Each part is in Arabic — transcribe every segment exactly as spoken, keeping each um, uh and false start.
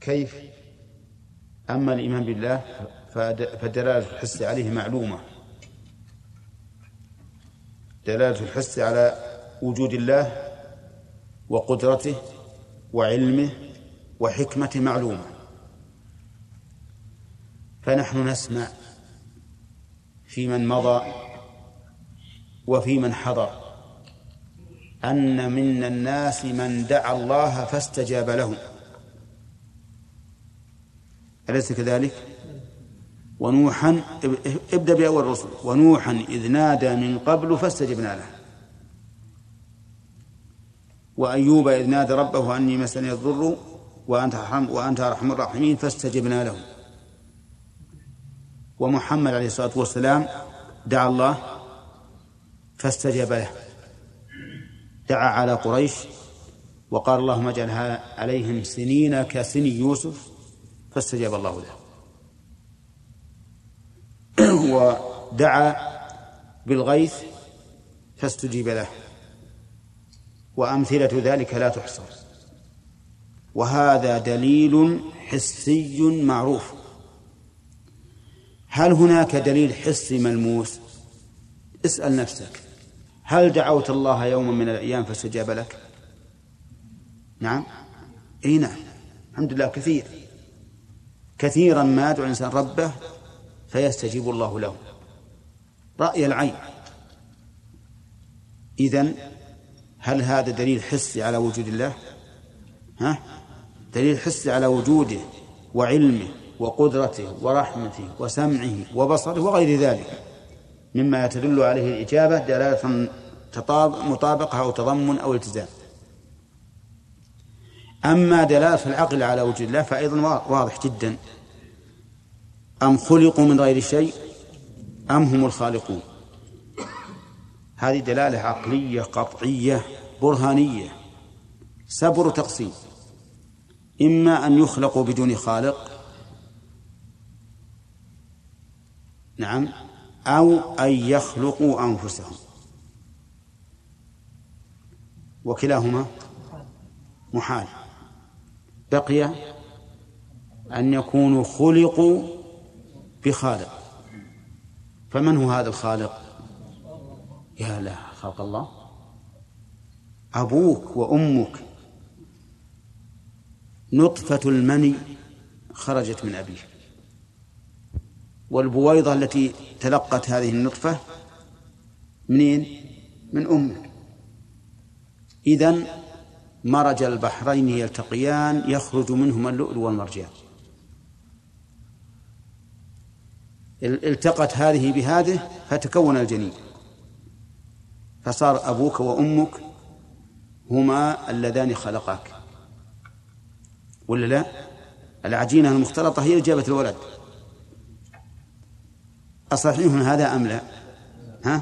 كيف؟ أما الإيمان بالله فدلالة الحس عليه معلومة، دلالة الحس على وجود الله وقدرته وعلمه وحكمته معلومة. فنحن نسمع في من مضى وفي من حضر أن من الناس من دعا الله فاستجاب له، أليس كذلك؟ ونوحا، ابدأ بأول الرسل، ونوحا إذ نادى من قبل فاستجبنا له، وأيوب إذ نادى ربه أني مسني الضر وأنت أرحم وأنت أرحم الراحمين فاستجبنا له. ومحمد عليه الصلاة والسلام دعا الله فاستجاب له، دعا على قريش وقال اللهم اجعلها عليهم سنين كسني يوسف فاستجاب الله له. ودعا بالغيث فاستجيب له، وأمثلة ذلك لا تحصى. وهذا دليل حسي معروف. هل هناك دليل حسي ملموس؟ اسأل نفسك، هل دعوت الله يوما من الأيام فاستجاب لك؟ نعم، اي نعم، الحمد لله، كثير كثيرا ما يدعو الإنسان ربه فيستجيب الله له رأي العين. إذن هل هذا دليل حسي على وجود الله؟ ها؟ دليل حسي على وجوده وعلمه وقدرته ورحمته وسمعه وبصره وغير ذلك مما يتدل عليه الإجابة دلالة مطابقة أو تضمن أو التزام. أما دلالة العقل على وجود الله فأيضا واضح جدا: أم خلقوا من غير شيء أم هم الخالقون. هذه دلالة عقلية قطعية برهانية سبر تقسيم: إما أن يخلقوا بدون خالق، نعم، أو أن يخلقوا أنفسهم، وكلاهما محال. بقي أن يكونوا خلقوا بخالق. فمن هو هذا الخالق؟ يا لا، خلق الله أبوك وأمك. نطفة المني خرجت من أبيه، والبويضة التي تلقت هذه النطفة منين؟ من أمك. إذن مرج البحرين يلتقيان يخرج منهما اللؤلؤ والمرجان. التقت هذه بهذه فتكون الجنين، فصار أبوك وأمك هما اللذان خلقاك، ولا لا؟ العجينة المختلطة هي اللي جابت الولد. أصحيح هذا أم لا؟ ها؟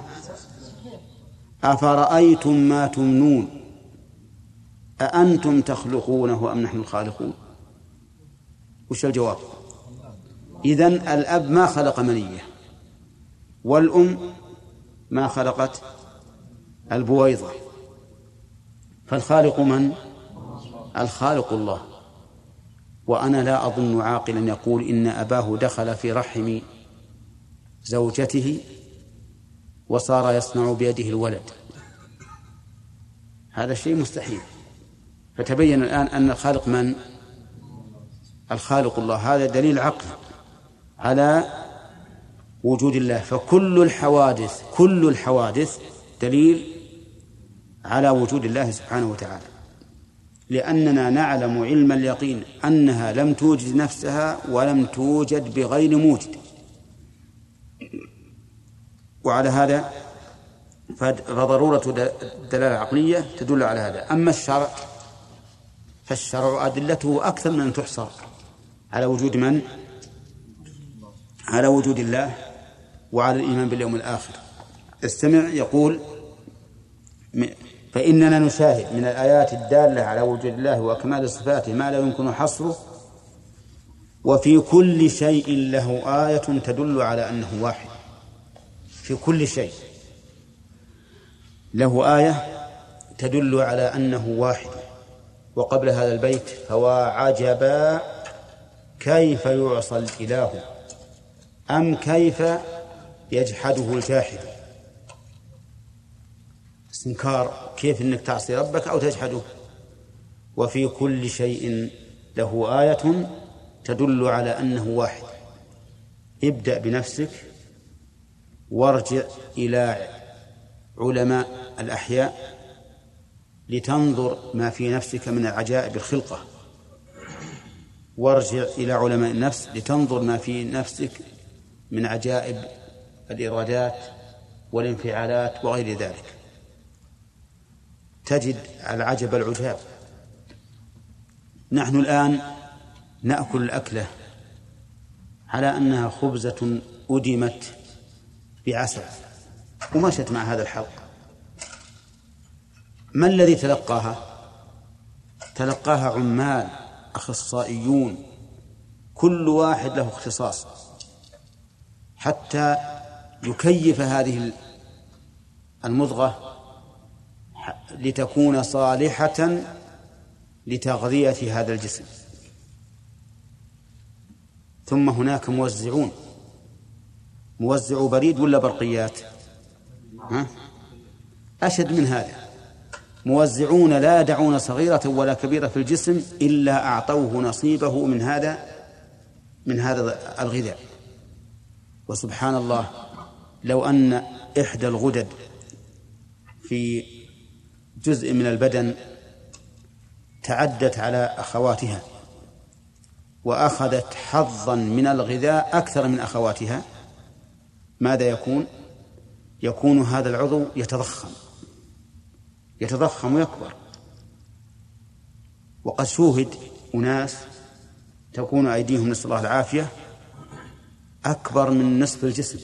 أفرأيتم ما تمنون أأنتم تخلقونه أم نحن الخالقون؟ وش الجواب؟ إذن الأب ما خلق منية، والأم ما خلقت البويضة، فالخالق من؟ الخالق الله. وأنا لا أظن عاقلا يقول إن أباه دخل في رحم زوجته وصار يصنع بيده الولد، هذا شيء مستحيل. فتبين الآن أن الخالق من؟ الخالق الله. هذا دليل عقل على وجود الله. فكل الحوادث كل الحوادث دليل على وجود الله سبحانه وتعالى، لأننا نعلم علم اليقين أنها لم توجد نفسها ولم توجد بغير موجد. وعلى هذا فضرورة الدلالة العقلية تدل على هذا. أما الشرع فالشرع أدلته أكثر من أن تحصر على وجود من؟ على وجود الله وعلى الإيمان باليوم الآخر. استمع، يقول: فإننا نشاهد من الآيات الدالة على وجود الله وكمال صفاته ما لا يمكن حصره، وفي كل شيء له آية تدل على أنه واحد. في كل شيء له آية تدل على أنه واحد. وقبل هذا البيت: فوا عجبا كيف يعصى الإله أم كيف يجحده الجاحد. استنكار، كيف أنك تعصي ربك أو تجحده. وفي كل شيء له آية تدل على أنه واحد. ابدأ بنفسك وارجع إلى علماء الأحياء لتنظر ما في نفسك من العجائب الخلقة، وارجع إلى علماء النفس لتنظر ما في نفسك من عجائب الإرادات والانفعالات وغير ذلك. تجد العجب العجاب. نحن الآن نأكل الأكلة على أنها خبزة أدمت بعسل ومشت مع هذا الحلق. ما الذي تلقاها؟ تلقاها عمال أخصائيون، كل واحد له اختصاص حتى يكيف هذه المضغة لتكون صالحة لتغذية هذا الجسم. ثم هناك موزعون، موزعوا بريد ولا برقيات؟ ها؟ أشد من هذا، موزعون لا يدعون صغيرة ولا كبيرة في الجسم إلا أعطوه نصيبه من هذا من هذا الغذاء. وسبحان الله، لو أن إحدى الغدد في جزء من البدن تعدت على أخواتها وأخذت حظا من الغذاء أكثر من أخواتها، ماذا يكون؟ يكون هذا العضو يتضخم يتضخم ويكبر. وقد شوهد أناس تكون أيديهم، نسأل الله العافية، أكبر من نصف الجسم.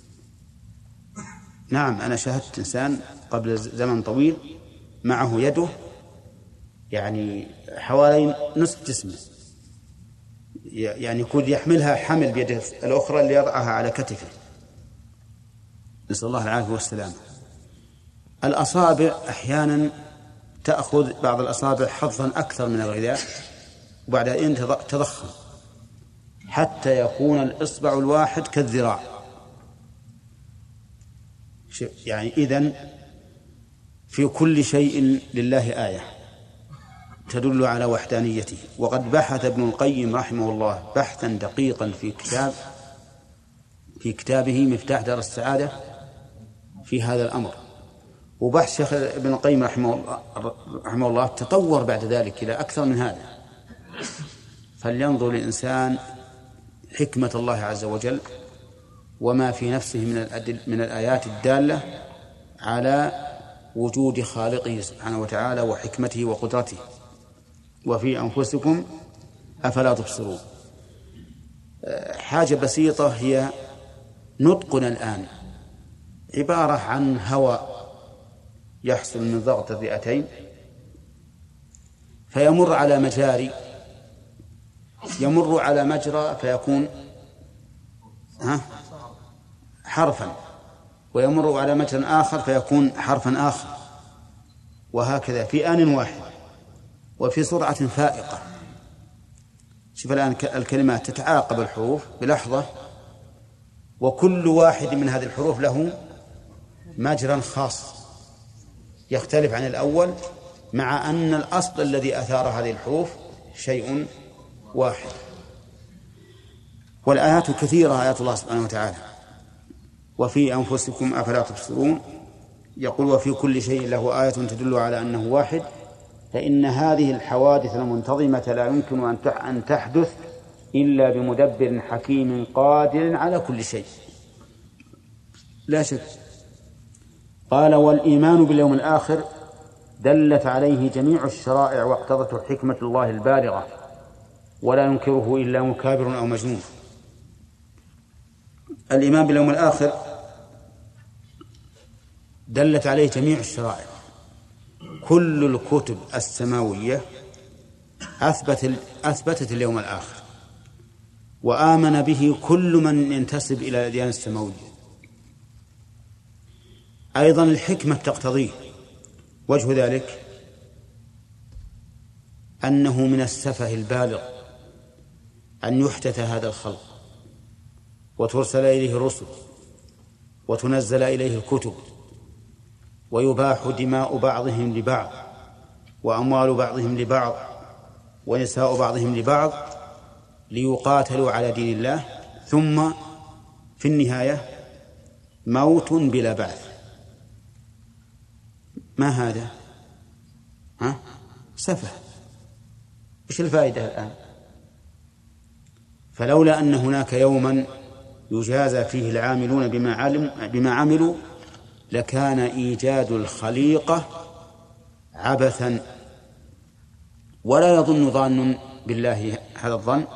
نعم، أنا شاهدت إنسان قبل زمن طويل معه يده يعني حوالي نصف جسمه، يعني يكون يحملها حمل بيده الأخرى اللي يضعها على كتفه، نسأل الله العافية والسلامة. الأصابع أحيانا تأخذ بعض الأصابع حظا أكثر من الغذاء وبعدين تضخم حتى يكون الإصبع الواحد كالذراع. يعني إذن في كل شيء لله آية تدل على وحدانيته. وقد بحث ابن القيم رحمه الله بحثا دقيقا في كتاب في كتابه مفتاح دار السعادة في هذا الأمر. وبحث شيخ ابن القيم رحمه الله, رحمه الله تطور بعد ذلك إلى أكثر من هذا. فلينظر الإنسان حكمة الله عز وجل وما في نفسه من الأدل من الآيات الدالة على وجود خالقه سبحانه وتعالى وحكمته وقدرته. وفي أنفسكم أفلا تبصرون. حاجة بسيطة هي نطقنا الآن عبارة عن هواء يحصل من ضغط الرئتين فيمر على مجاري، يمر على مجرى فيكون ها حرفا، ويمر على مجرى آخر فيكون حرفا آخر، وهكذا في آن واحد وفي سرعة فائقة. شوف الآن الكلمات تتعاقب الحروف بلحظة، وكل واحد من هذه الحروف له مجرى خاص يختلف عن الأول، مع أن الأصل الذي أثار هذه الحروف شيء واحد. والآيات كثيرة، آيات الله سبحانه وتعالى. وفي أنفسكم أفلا تبصرون. يقول وفي كل شيء له آية تدل على أنه واحد، فإن هذه الحوادث المنتظمة لا يمكن أن تحدث إلا بمدبر حكيم قادر على كل شيء لا شك. قال والإيمان باليوم الآخر دلت عليه جميع الشرائع واقتضته حكمة الله البالغة، ولا ينكره إلا مكابر أو مجنون. الإيمان باليوم الآخر دلت عليه جميع الشرائع، كل الكتب السماوية أثبت أثبتت اليوم الآخر، وآمن به كل من ينتسب إلى الأديان السماوية. أيضا الحكمة تقتضيه. وجه ذلك أنه من السفه البالغ أن يحدث هذا الخلق وترسل إليه الرسل وتنزل إليه الكتب ويباح دماء بعضهم لبعض وأموال بعضهم لبعض ونساء بعضهم لبعض ليقاتلوا على دين الله، ثم في النهاية موت بلا بعث. ما هذا؟ ها؟ سفه. إيش الفائدة الآن؟ فلولا أن هناك يوما يجازى فيه العاملون بما علم بما عملوا لكان إيجاد الخليقة عبثا. ولا يظن ظان بالله هذا الظن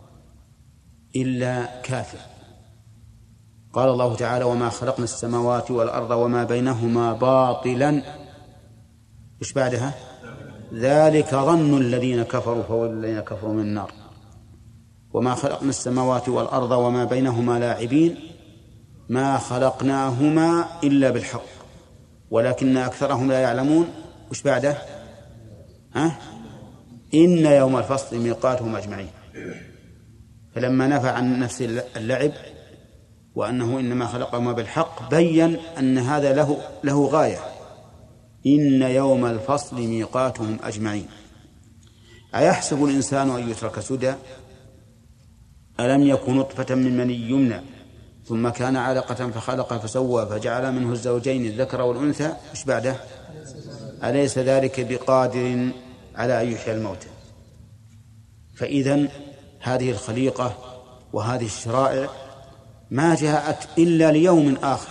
إلا كافر. قال الله تعالى: وما خلقنا السماوات والأرض وما بينهما باطلا. إيش بعدها؟ ذلك ظن الذين كفروا فويل الذين كفروا من النار. وما خلقنا السماوات والأرض وما بينهما لاعبين ما خلقناهما إلا بالحق ولكن أكثرهم لا يعلمون. وش بعده؟ ها؟ إن يوم الفصل ميقاتهم أجمعين. فلما نفى عن نفس اللعب وأنه إنما خلقهما بالحق بين أن هذا له له غاية. إن يوم الفصل ميقاتهم أجمعين. أيحسب الإنسان أن يترك سدى؟ ألم يكن نطفة من مني يمنى ثم كان علقة فخلق فسوى فجعل منه الزوجين الذكر والأنثى. إيش بعده؟ أليس ذلك بقادر على أن يحيي الموتى؟ فإذن هذه الخليقة وهذه الشرائع ما جاءت إلا ليوم آخر.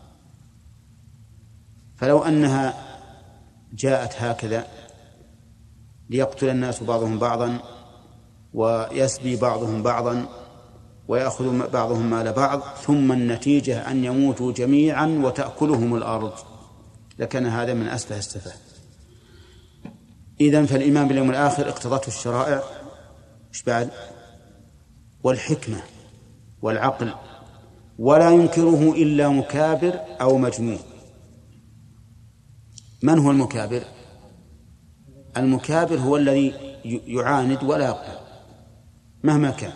فلو أنها جاءت هكذا ليقتل الناس بعضهم بعضا ويسبي بعضهم بعضا ويأخذ بعضهم مال بعض ثم النتيجة أن يموتوا جميعا وتأكلهم الأرض لكان هذا من أسفه السفه. إذن فالإيمان باليوم الآخر اقتضته الشرائع إيش بعد؟ والحكمة والعقل، ولا ينكره إلا مكابر أو مجنون. من هو المكابر؟ المكابر هو الذي يعاند ولا يقبل مهما كان،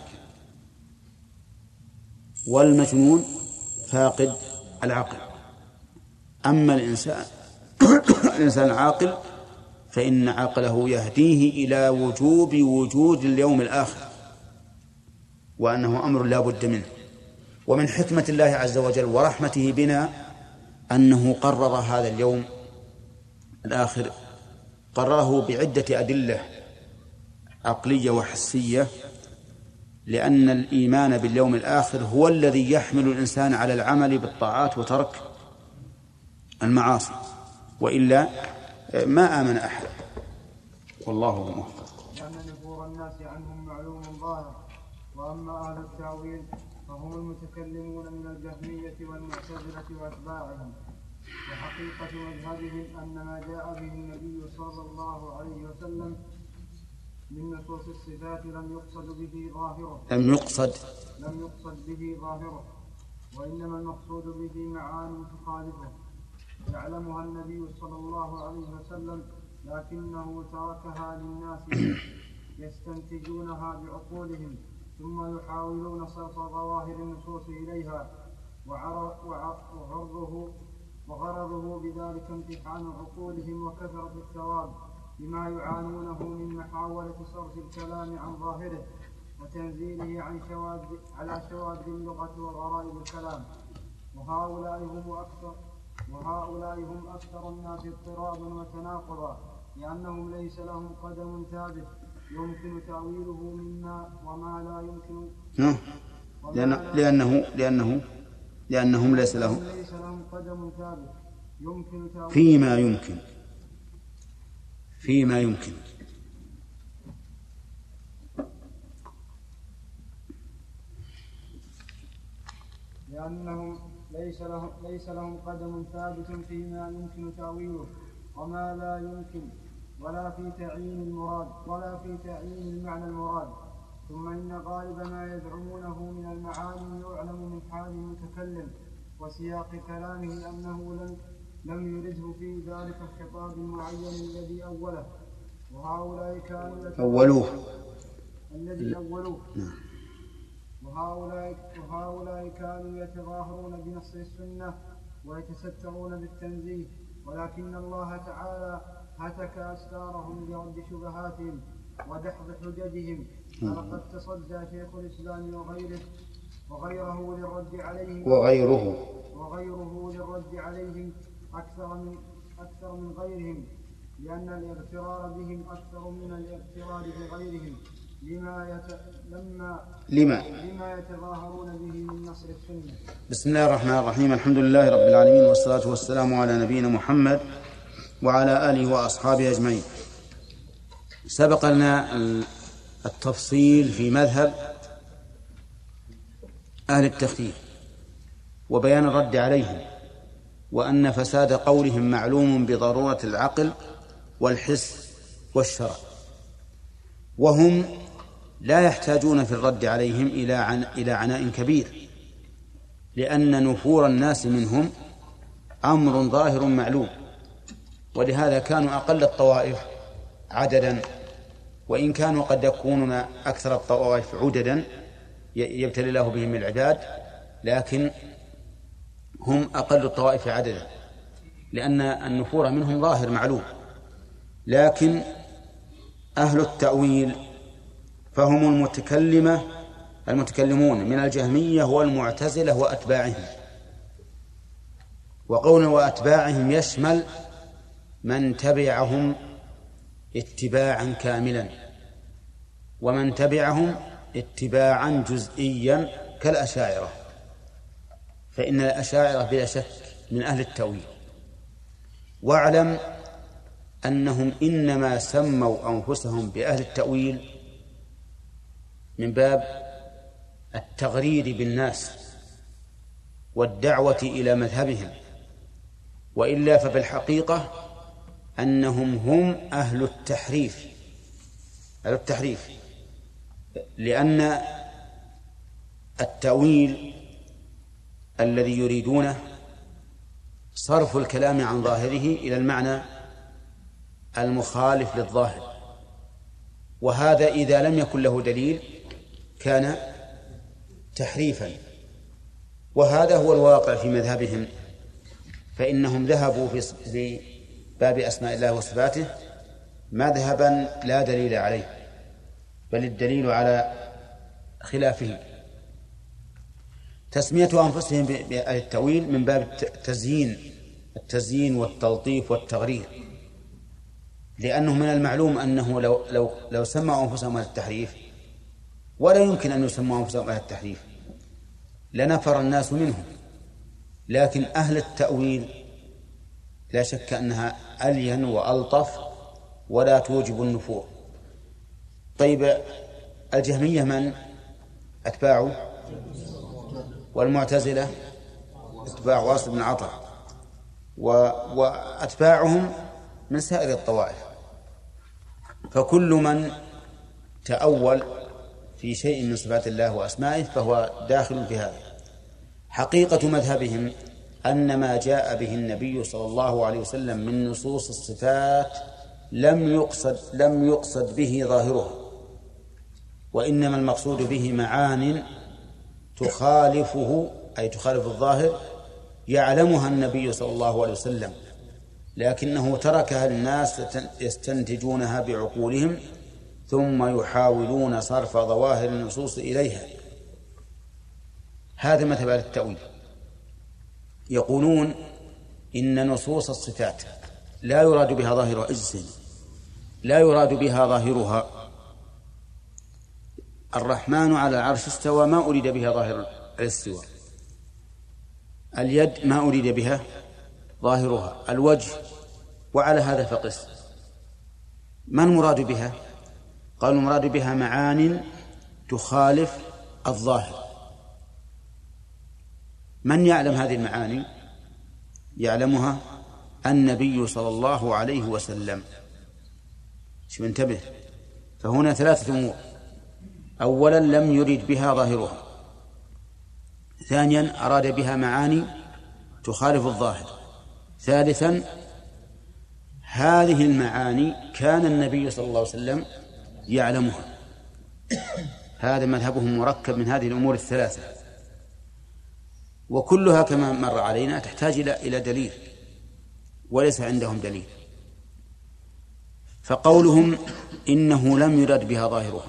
والمجنون فاقد العقل. أما الإنسان الإنسان العاقل فإن عقله يهديه إلى وجوب وجود اليوم الآخر وأنه أمر لا بد منه. ومن حكمة الله عز وجل ورحمته بنا أنه قرر هذا اليوم الآخر، قرره بعدة أدلة عقلية وحسية، لأن الإيمان باليوم الآخر هو الذي يحمل الإنسان على العمل بالطاعات وترك المعاصي، وإلا ما آمن أحد. والله الموفق. لأن نفور الناس عنهم معلوم ظاهر. وأما أهل التأويل فهم المتكلمون من الجهمية والمعتزلة وأتباعهم. وحقيقة مذهبهم أن ما جاء به النبي صلى الله عليه وسلم من نصوص الصفات لم يقصد به ظاهره لم يقصد لم يقصد به ظاهره وإنما المقصود به معاني تخالفه يعلمها النبي صلى الله عليه وسلم، لكنه تركها للناس يستنتجونها بعقولهم ثم يحاولون صرف ظواهر النصوص إليها، وعرضه وغرضه بذلك امتحان عقولهم وكثرة الثواب بما يعانونه من محاولة صرف الكلام عن ظاهره وتنزيله عن شواذ على شواذ اللغة وغرائب الكلام. وهؤلاء هم أكثر وهؤلاء هم أكثر الناس اضطرابا وتناقضا، لأنهم ليس لهم قدم ثابت يمكن تأويله مما وما لا يمكن لأن لأنه لأنه لأنهم ليس لهم ليس لهم قدم ثابت يمكن تأويله فيما يمكن فيما يمكن لأنهم ليس لهم ليس لهم قدم ثابت فيما يمكن تأويله وما لا يمكن، ولا في تعيين المراد ولا في تعيين المعنى المراد. ثم إن غالب ما يزعمونه من المعاني يعلم من حال المتكلم وسياق كلامه أنه لم لم يرده في ذلك الخطاب المعين الذي أوله. وهؤلاء كانوا أولوه الذي أولوه. وهؤلاء, وهؤلاء كانوا يتظاهرون بنصر السنة ويتسترون بالتنزيه، ولكن الله تعالى هتك أستارهم لرد شبهاتهم ودحض حججهم. فلقد تصدى شيخ الإسلام وغيره وغيره للرد عليهم وغيره وغيره للرد عليهم أكثر من أكثر من غيرهم، لأن الاغترار بهم أكثر من الاغترار بغيرهم لما يت... لما لما لما يتظاهرون به من نصر السنة. بسم الله الرحمن الرحيم. الحمد لله رب العالمين، والصلاة والسلام على نبينا محمد وعلى آله وأصحابه أجمعين. سبق لنا التفصيل في مذهب أهل التخفيف وبيان الرد عليهم، وأن فساد قولهم معلوم بضرورة العقل والحس والشرع، وهم لا يحتاجون في الرد عليهم إلى عن إلى عناء كبير، لأن نفور الناس منهم أمر ظاهر معلوم، ولهذا كانوا أقل الطوائف عددا، وإن كانوا قد يكونون أكثر الطوائف عددا يبتلي الله بهم العباد، لكن هم أقل الطوائف عددا، لأن النفور منهم ظاهر معلوم. لكن أهل التأويل فهم المتكلمة المتكلمون من الجهمية والمعتزلة وأتباعهم. وقوله وأتباعهم يشمل من تبعهم اتباعا كاملا، ومن تبعهم اتباعا جزئيا كالأشاعرة، فإن الأشاعرة بلا شك من أهل التأويل. واعلم أنهم إنما سموا أنفسهم بأهل التأويل من باب التغرير بالناس والدعوة إلى مذهبهم، وإلا فبالحقيقة أنهم هم أهل التحريف أهل التحريف لأن التأويل الذي يريدونه صرف الكلام عن ظاهره إلى المعنى المخالف للظاهر، وهذا إذا لم يكن له دليل كان تحريفا، وهذا هو الواقع في مذهبهم. فإنهم ذهبوا في باب أسماء الله وصفاته مذهبا لا دليل عليه، بل الدليل على خلافه. تسمية أنفسهم بالتأويل من باب التزيين التزيين والتلطيف والتغرير، لأنه من المعلوم أنه لو لو لو سموا أنفسهم أهل التحريف، ولا يمكن أن يسموا أنفسهم أهل التحريف، لنفر الناس منهم. لكن أهل التأويل لا شك أنها ألين وألطف ولا توجب النفور. طيب، الجهمية من أتباعه؟ والمعتزلة أتباع واصل بن عطا، وأتباعهم من سائر الطوائف. فكل من تأول في شيء من صفات الله وأسمائه فهو داخل في هذا. حقيقة مذهبهم أن ما جاء به النبي صلى الله عليه وسلم من نصوص الصفات لم يقصد لم يقصد به ظاهرها، وإنما المقصود به معان تخالفه، أي تخالف الظاهر، يعلمها النبي صلى الله عليه وسلم، لكنه تركها للناس يستنتجونها بعقولهم ثم يحاولون صرف ظواهر النصوص إليها. هذا مذهب أهل التأويل. يقولون إن نصوص الصفات لا يراد بها ظاهرها إجسام لا يراد بها ظاهرها الرحمن على العرش استوى، ما أريد بها ظاهر الاستواء. اليد ما أريد بها ظاهرها الوجه، وعلى هذا فقس. ما المراد بها؟ قالوا المراد بها معان تخالف الظاهر. من يعلم هذه المعاني؟ يعلمها النبي صلى الله عليه وسلم. شو انتبه، فهنا ثلاثة أمور: أولا لم يرد بها ظاهرها، ثانيا أراد بها معاني تخالف الظاهر، ثالثا هذه المعاني كان النبي صلى الله عليه وسلم يعلمها. هذا مذهبهم مركب من هذه الأمور الثلاثة، وكلها كما مر علينا تحتاج إلى دليل، وليس عندهم دليل. فقولهم إنه لم يرد بها ظاهرها،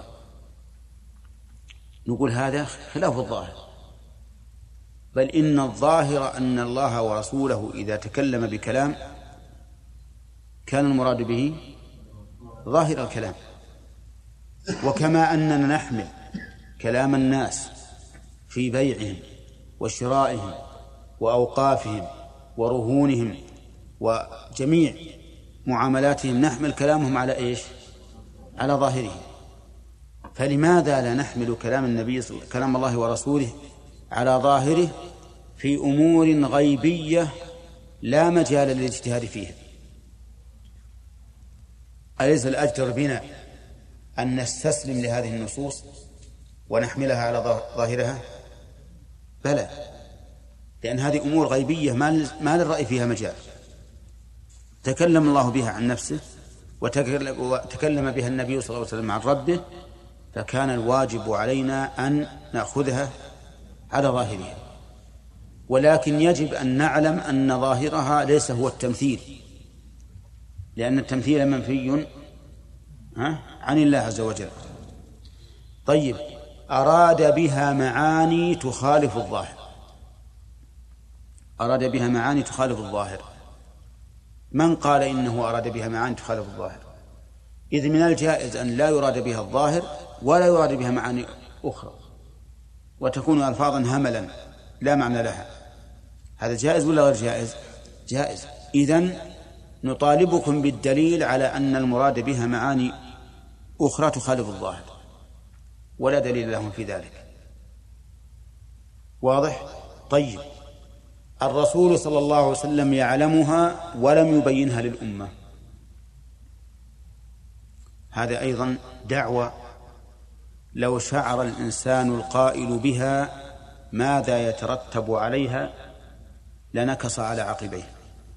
نقول هذا خلاف الظاهر، بل إن الظاهر أن الله ورسوله إذا تكلم بكلام كان المراد به ظاهر الكلام. وكما أننا نحمل كلام الناس في بيعهم وشرائهم وأوقافهم ورهونهم وجميع معاملاتهم، نحمل كلامهم على إيش؟ على ظاهره. فلماذا لا نحمل كلام النبي كلام الله ورسوله على ظاهره في أمور غيبية لا مجال للاجتهاد فيها؟ أليس الأجدر بنا أن نستسلم لهذه النصوص ونحملها على ظاهرها؟ بلى، لأن هذه أمور غيبية ما للرأي فيها مجال. تكلم الله بها عن نفسه وتكلم بها النبي صلى الله عليه وسلم عن ربه، فكان الواجب علينا أن نأخذها على ظاهرها. ولكن يجب أن نعلم أن ظاهرها ليس هو التمثيل، لأن التمثيل منفي عن الله عز وجل. طيب، أراد بها معاني تخالف الظاهر، أراد بها معاني تخالف الظاهر. من قال إنه أراد بها معاني تخالف الظاهر؟ إذ من الجائز أن لا يراد بها الظاهر ولا يراد بها معاني أخرى، وتكون ألفاظا هملا لا معنى لها. هذا جائز ولا غير جائز؟ جائز. إذن نطالبكم بالدليل على أن المراد بها معاني أخرى تخالف الظاهر، ولا دليل لهم في ذلك. واضح؟ طيب، الرسول صلى الله عليه وسلم يعلمها ولم يبينها للأمة، هذا أيضا دعوة. لو شعر الإنسان القائل بها ماذا يترتب عليها لنكص على عقبيه.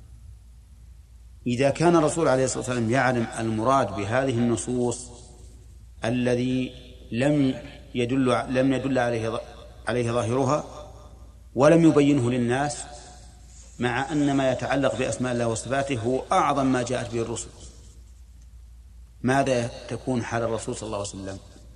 إذا كان الرسول عليه الصلاة والسلام يعلم المراد بهذه النصوص الذي لم يدل لم يدل عليه عليه ظاهرها ولم يبينه للناس، مع أن ما يتعلق بأسماء الله وصفاته هو أعظم ما جاءت به الرسل، ماذا تكون حال الرسول صلى الله عليه وسلم؟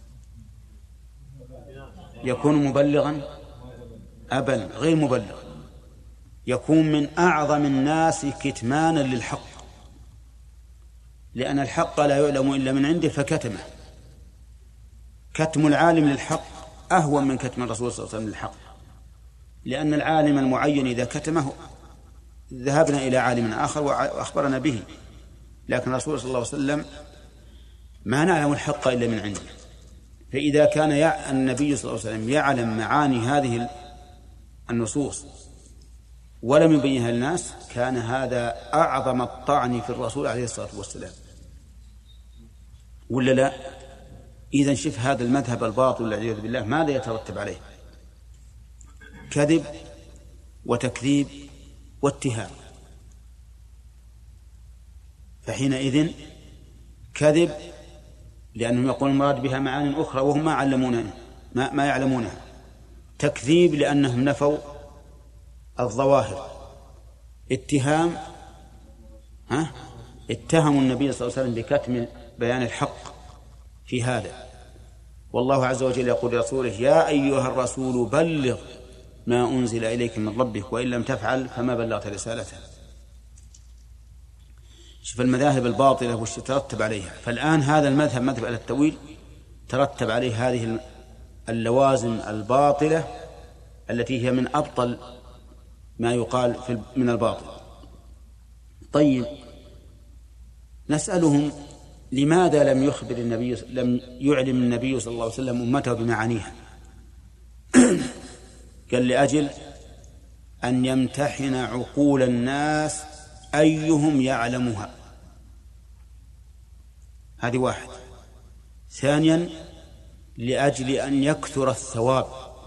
يكون مبلغا؟ أبدا، غير مبلغ، يكون من أعظم الناس كتمانا للحق، لأن الحق لا يعلم إلا من عنده فكتمه. كتم العالم للحق أهون من كتم الرسول صلى الله عليه وسلم للحق، لأن العالم المعين إذا كتمه ذهبنا إلى عالم آخر وأخبرنا به، لكن الرسول صلى الله عليه وسلم ما نعلم الحق إلا من عنده. فإذا كان النبي صلى الله عليه وسلم يعلم معاني هذه النصوص ولم يبينها للناس، كان هذا أعظم الطعن في الرسول عليه الصلاة والسلام، ولا لا؟ إذن شف هذا المذهب الباطل والعياذ بالله ماذا يترتب عليه؟ كذب وتكذيب واتهام. فحينئذ كذب لأنهم يقولون المراد بها معاني أخرى وهم ما علمونها ما, ما يعلمونها. تكذيب لأنهم نفوا الظواهر. اتهام، ها؟ اتهموا النبي صلى الله عليه وسلم بكتم بيان الحق في هذا. والله عز وجل يقول لرسوله: يا أيها الرسول بلغ ما أنزل إليك من ربك وإن لم تفعل فما بلغت رسالته. شوف المذاهب الباطلة وش ترتب عليها. فالآن هذا المذهب مذهب على التأويل ترتب عليه هذه اللوازم الباطلة التي هي من أبطل ما يقال في من الباطل. طيب، نسألهم: لماذا لم يخبر النبي لم يعلم النبي صلى الله عليه وسلم أمته بمعانيها؟ قال: لأجل أن يمتحن عقول الناس أيهم يعلمها. هذه واحد. ثانيا، لأجل أن يكثر الثواب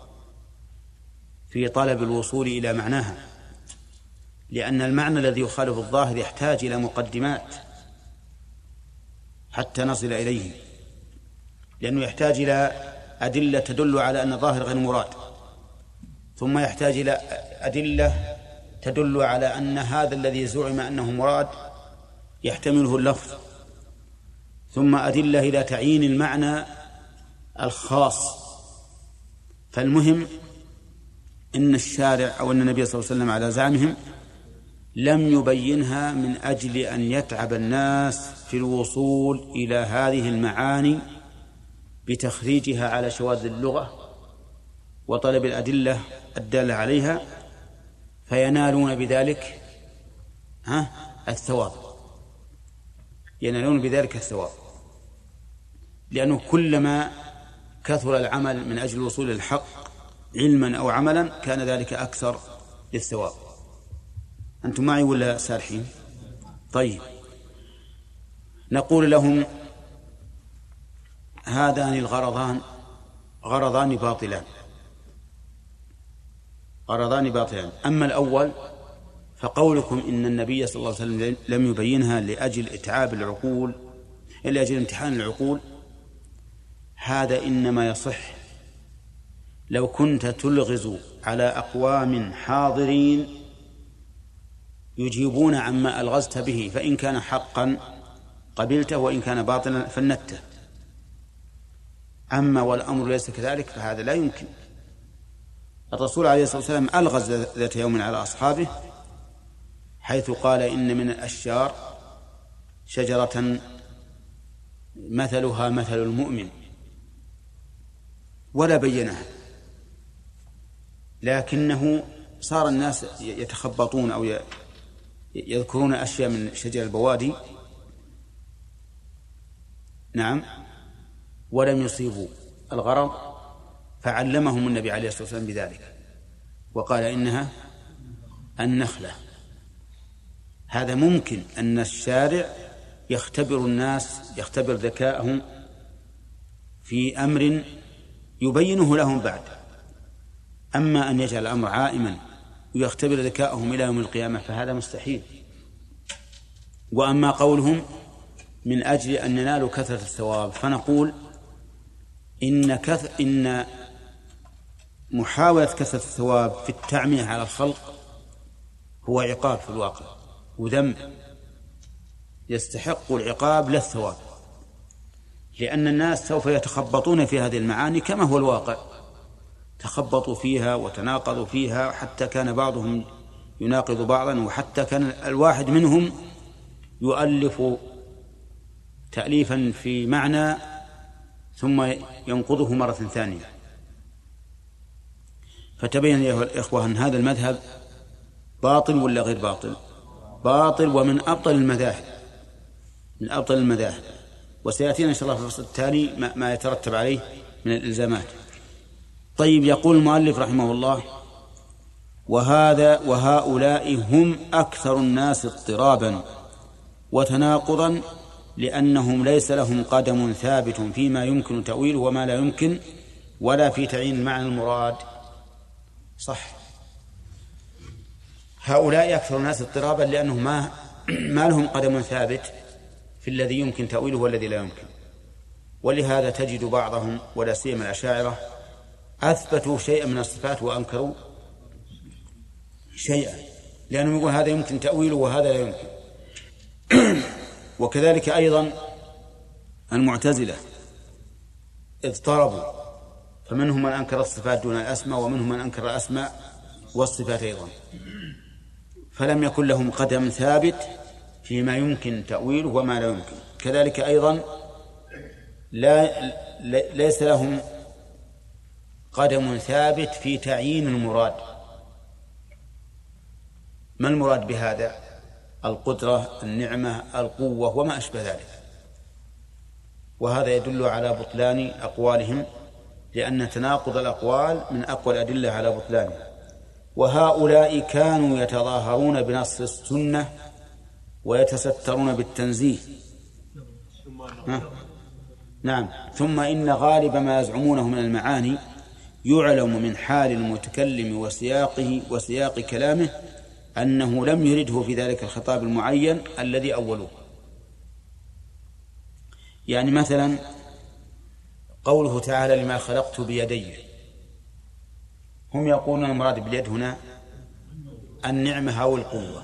في طلب الوصول إلى معناها، لأن المعنى الذي يخالف الظاهر يحتاج إلى مقدمات حتى نصل إليه. لأنه يحتاج إلى أدلة تدل على أن الظاهر غير مراد، ثم يحتاج إلى أدلة تدل على أن هذا الذي زعم أنه مراد يحتمله اللفظ، ثم أدلة إلى تعيين المعنى الخاص. فالمهم إن الشارع أو أن النبي صلى الله عليه وسلم على زعمهم لم يبينها من أجل أن يتعب الناس في الوصول إلى هذه المعاني بتخريجها على شواذ اللغة وطلب الأدلة الدالة عليها، فينالون بذلك ها الثواب، ينالون بذلك الثواب، لأنه كلما كثر العمل من أجل الوصول للحق علما أو عملا كان ذلك أكثر للثواب. أنتم معي ولا سارحين؟ طيب، نقول لهم هذان الغرضان غرضان باطلان غرضان باطلان أما الأول فقولكم إن النبي صلى الله عليه وسلم لم يبينها لأجل إتعاب العقول، لأجل امتحان العقول، هذا إنما يصح لو كنت تلغز على أقوام حاضرين يجيبون عما ألغزت به، فإن كان حقا قبلته وإن كان باطلا فنته. أما والأمر ليس كذلك فهذا لا يمكن. الرسول عليه الصلاة والسلام ألغز ذات يوم على أصحابه حيث قال إن من الأشجار شجرة مثلها مثل المؤمن، ولا بينها، لكنه صار الناس يتخبطون أو يذكرون أشياء من شجر البوادي نعم ولم يصيبوا الغرض، فعلمهم النبي عليه الصلاة والسلام بذلك وقال إنها النخلة. هذا ممكن أن الشارع يختبر الناس، يختبر ذكاءهم في أمر يبينه لهم بعد. أما أن يجعل الأمر عائما ويختبر ذكاءهم إلى يوم القيامة فهذا مستحيل. وأما قولهم من أجل أن ينالوا كثرة الثواب فنقول إن, كث... إن محاولة كثرة الثواب في التعمية على الخلق هو عقاب في الواقع وذنب يستحق العقاب لا الثواب، لأن الناس سوف يتخبطون في هذه المعاني كما هو الواقع، تخبطوا فيها وتناقضوا فيها حتى كان بعضهم يناقض بعضا، وحتى كان الواحد منهم يؤلف تأليفا في معنى ثم ينقضه مرة ثانية. فتبين يا الإخوة أن هذا المذهب باطل ولا غير باطل؟ باطل، ومن أبطل المذاهب من أبطل المذاهب وسيأتينا إن شاء الله في الفصل التالي ما يترتب عليه من الإلزامات. طيب، يقول المؤلف رحمه الله: وهذا وهؤلاء هم أكثر الناس اضطرابا وتناقضا لأنهم ليس لهم قدم ثابت فيما يمكن تأويله وما لا يمكن، ولا في تعيين المعنى المراد. صح، هؤلاء أكثر الناس اضطرابا لأنهم ما, ما لهم قدم ثابت في الذي يمكن تأويله والذي لا يمكن. ولهذا تجد بعضهم ولا سيما الأشاعرة أثبتوا شيئا من الصفات وأنكروا شيئا، لأنهم يقول هذا يمكن تأويله وهذا لا يمكن. وكذلك أيضا المعتزلة اضطربوا، فمنهم من أنكر الصفات دون الأسماء ومنهم من أنكر الأسماء والصفات أيضا، فلم يكن لهم قدم ثابت فيما يمكن تأويله وما لا يمكن. كذلك أيضا لا ليس لهم قدم ثابت في تعيين المراد. ما المراد بهذا؟ القدرة، النعمة، القوة وما أشبه ذلك. وهذا يدل على بطلان أقوالهم، لأن تناقض الأقوال من أقوى الأدلة على بطلانها. وهؤلاء كانوا يتظاهرون بنص السنة ويتسترون بالتنزيه. نعم. ثم إن غالب ما يزعمونه من المعاني يعلم من حال المتكلم وسياقه وسياق كلامه أنه لم يرده في ذلك الخطاب المعين الذي أولوه. يعني مثلا قوله تعالى لما خلقت بيدي، هم يقولون المراد باليد هنا النعمة أو القوة.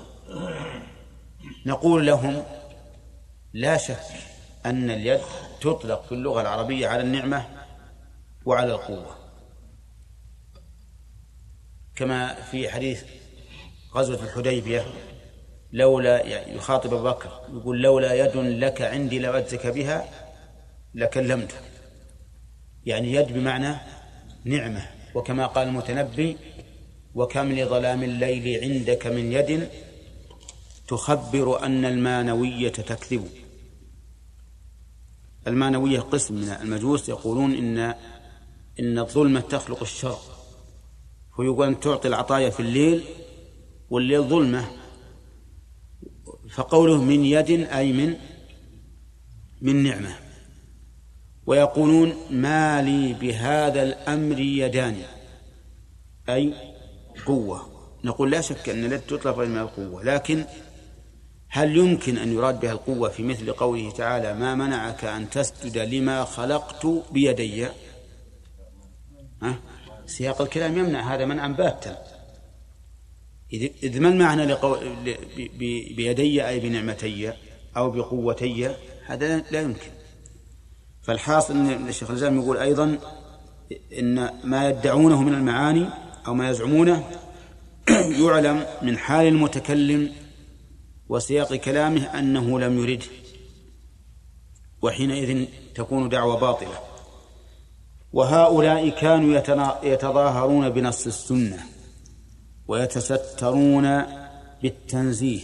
نقول لهم لا شك أن اليد تطلق في اللغة العربية على النعمة وعلى القوة، كما في حديث غزوة الحديبية لولا يخاطب أبو بكر يقول لولا يد لك عندي لأجزك بها لكلمته، يعني يد بمعنى نعمة. وكما قال المتنبي وكم لظلام الليل عندك من يد تخبر أن المانوية تكذب. المانوية قسم من المجوس يقولون إن إن الظلمة تخلق الشر، ويقول أن تعطي العطايا في الليل والليل ظلمة، فقوله من يد أي من من نعمة. ويقولون ما لي بهذا الأمر يدان أي قوة. نقول لا شك أن اليد تطلب من القوة، لكن هل يمكن أن يراد بها القوة في مثل قوله تعالى ما منعك أن تسجد لما خلقت بيدي؟ ها؟ سياق الكلام يمنع هذا منعا باتا، إذ ما المعنى لقو... بيدي أي بنعمتي أو بقوتي؟ هذا لا يمكن. فالحاصل أن الشيخ الإسلام يقول أيضا إن ما يدعونه من المعاني أو ما يزعمونه يعلم من حال المتكلم وسياق كلامه أنه لم يرده، وحينئذ تكون دعوة باطلة. وهؤلاء كانوا يتظاهرون بنص السنة ويتسترون بالتنزيه،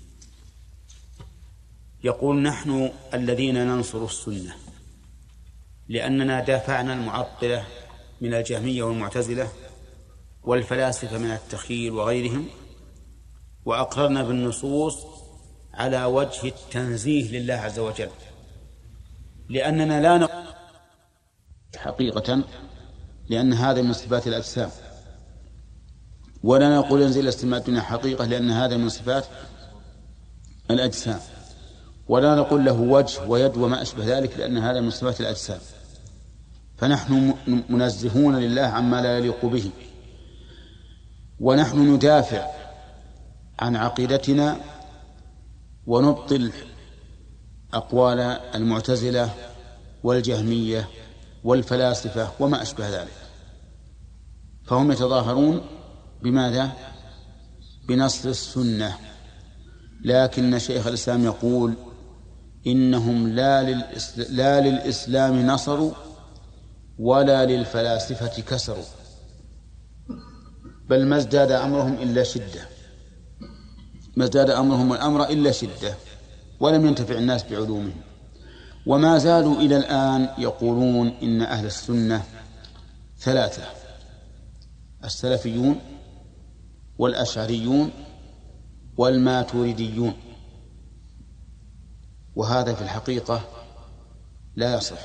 يقول نحن الذين ننصر السنة لأننا دافعنا المعطلة من الجهمية والمعتزلة والفلاسفة من التخيل وغيرهم، وأقررنا بالنصوص على وجه التنزيه لله عز وجل، لأننا لا نقول حقيقة لأن هذا من صفات الأجسام، ولا نقول ينزل السماء الدنيا حقيقة لأن هذا من صفات الأجسام، ولا نقول له وجه ويد وما أشبه ذلك لأن هذا من صفات الأجسام. فنحن منزهون لله عما لا يليق به، ونحن ندافع عن عقيدتنا ونبطل أقوال المعتزلة والجهمية والفلاسفة وما أشبه ذلك. فهم يتظاهرون بماذا؟ بنصر السنة، لكن شيخ الإسلام يقول إنهم لا, للإسل... لا للإسلام نصروا ولا للفلاسفة كسروا، بل ما ازداد أمرهم إلا شدة، ما ازداد أمرهم الأمر إلا شدة، ولم ينتفع الناس بعلومهم. وما زالوا إلى الآن يقولون إن أهل السنة ثلاثة: السلفيون والأشعريون والماتريديون، وهذا في الحقيقة لا يصح،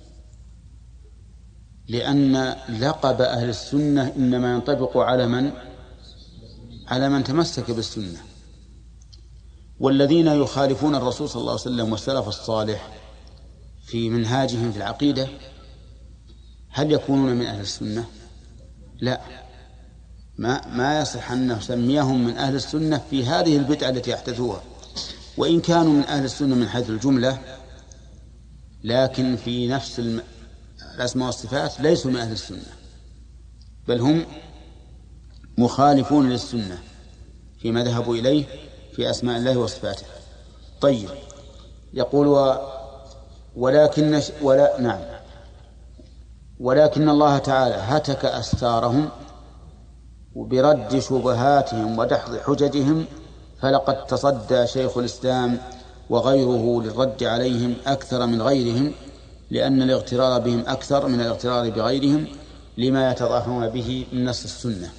لأن لقب أهل السنة إنما ينطبق على من على من تمسك بالسنة، والذين يخالفون الرسول صلى الله عليه وسلم والسلف الصالح في منهاجهم في العقيدة هل يكونون من أهل السنة؟ لا، ما ما يصح أن نسميهم من أهل السنة في هذه البدعة التي يحدثوها، وإن كانوا من أهل السنة من حيث الجملة، لكن في نفس الأسماء والصفات ليسوا من أهل السنة، بل هم مخالفون للسنة فيما ذهبوا إليه في أسماء الله وصفاته. طيب، يقول و... ولكن ولا نعم ولكن الله تعالى هتك أستارهم برد شبهاتهم ودحض حججهم، فلقد تصدى شيخ الإسلام وغيره للرد عليهم أكثر من غيرهم، لأن الاغترار بهم أكثر من الاغترار بغيرهم لما يتظاهرون به من نص السنة.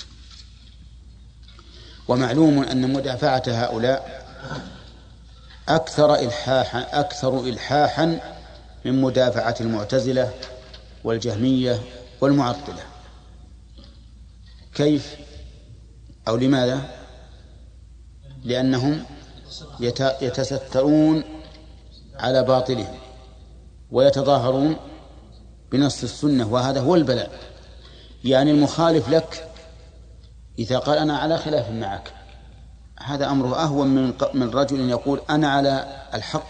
ومعلوم أن مدافعة هؤلاء أكثر إلحاحا أكثر إلحاحا من مدافعة المعتزلة والجهمية والمعطلة. كيف أو لماذا؟ لأنهم يتسترون على باطلهم ويتظاهرون بنص السنة، وهذا هو البلاء. يعني المخالف لك إذا قال أنا على خلاف معك، هذا أمره أهون من من رجل يقول أنا على الحق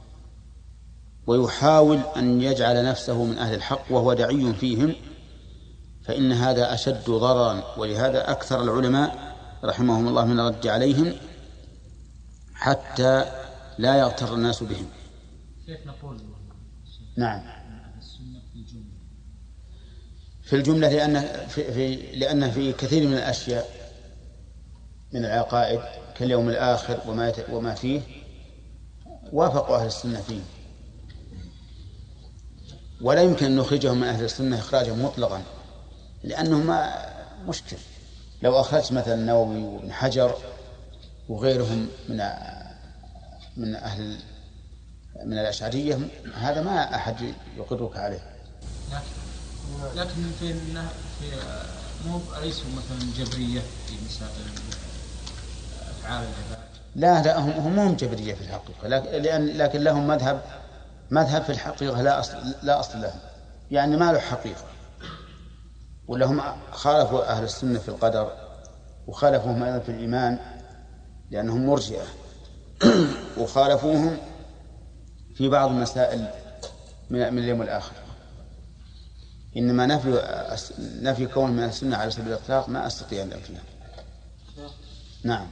ويحاول أن يجعل نفسه من أهل الحق وهو دعي فيهم، فإن هذا أشد ضررا. ولهذا أكثر العلماء رحمهم الله من الرد عليهم حتى لا يغتر الناس بهم. كيف نقول؟ نعم، السنة في الجملة في الجملة لأن في, في لأن في كثير من الأشياء من العقائد كاليوم الآخر وما وما فيه وافقوا أهل السنة فيه، ولا يمكن أن نخرجهم من أهل السنة إخراجا مطلقا، لأنه ما مشكل. لو أخرجت مثلا النووي وابن حجر وغيرهم من من أهل من الأشعرية، هذا ما أحد يقرك عليه. لكن في في مو أليسوا مثلا جبرية في مسائل أفعال العباد؟ لا لا، هم هم هم جبرية في الحقيقة، لكن لكن لهم مذهب مذهب في الحقيقة لا أصل لا أصل لهم، يعني ما له حقيقة. ولهم خالفوا أهل السنة في القدر، وخالفوهم أيضا في الإيمان لأنهم مرجئة، وخالفوهم في بعض المسائل من اليوم الآخر. إنما نفي نفي كون من السنة على سبيل الإطلاق ما أستطيع أن أنفيها. نعم.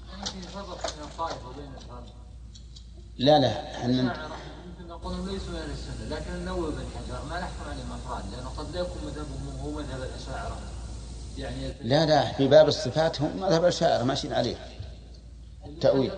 لا لا، احنا ممكن نقول ليسوا من السنة، لكن النووي بن حجر ما نحكم عليه مفراد، لأنه قد لا يكون مذهبه هو مذهب الأشاعرة. يعني لا لا، في باب الصفات هم مذهب الأشاعرة ماشيين عليه التأويل.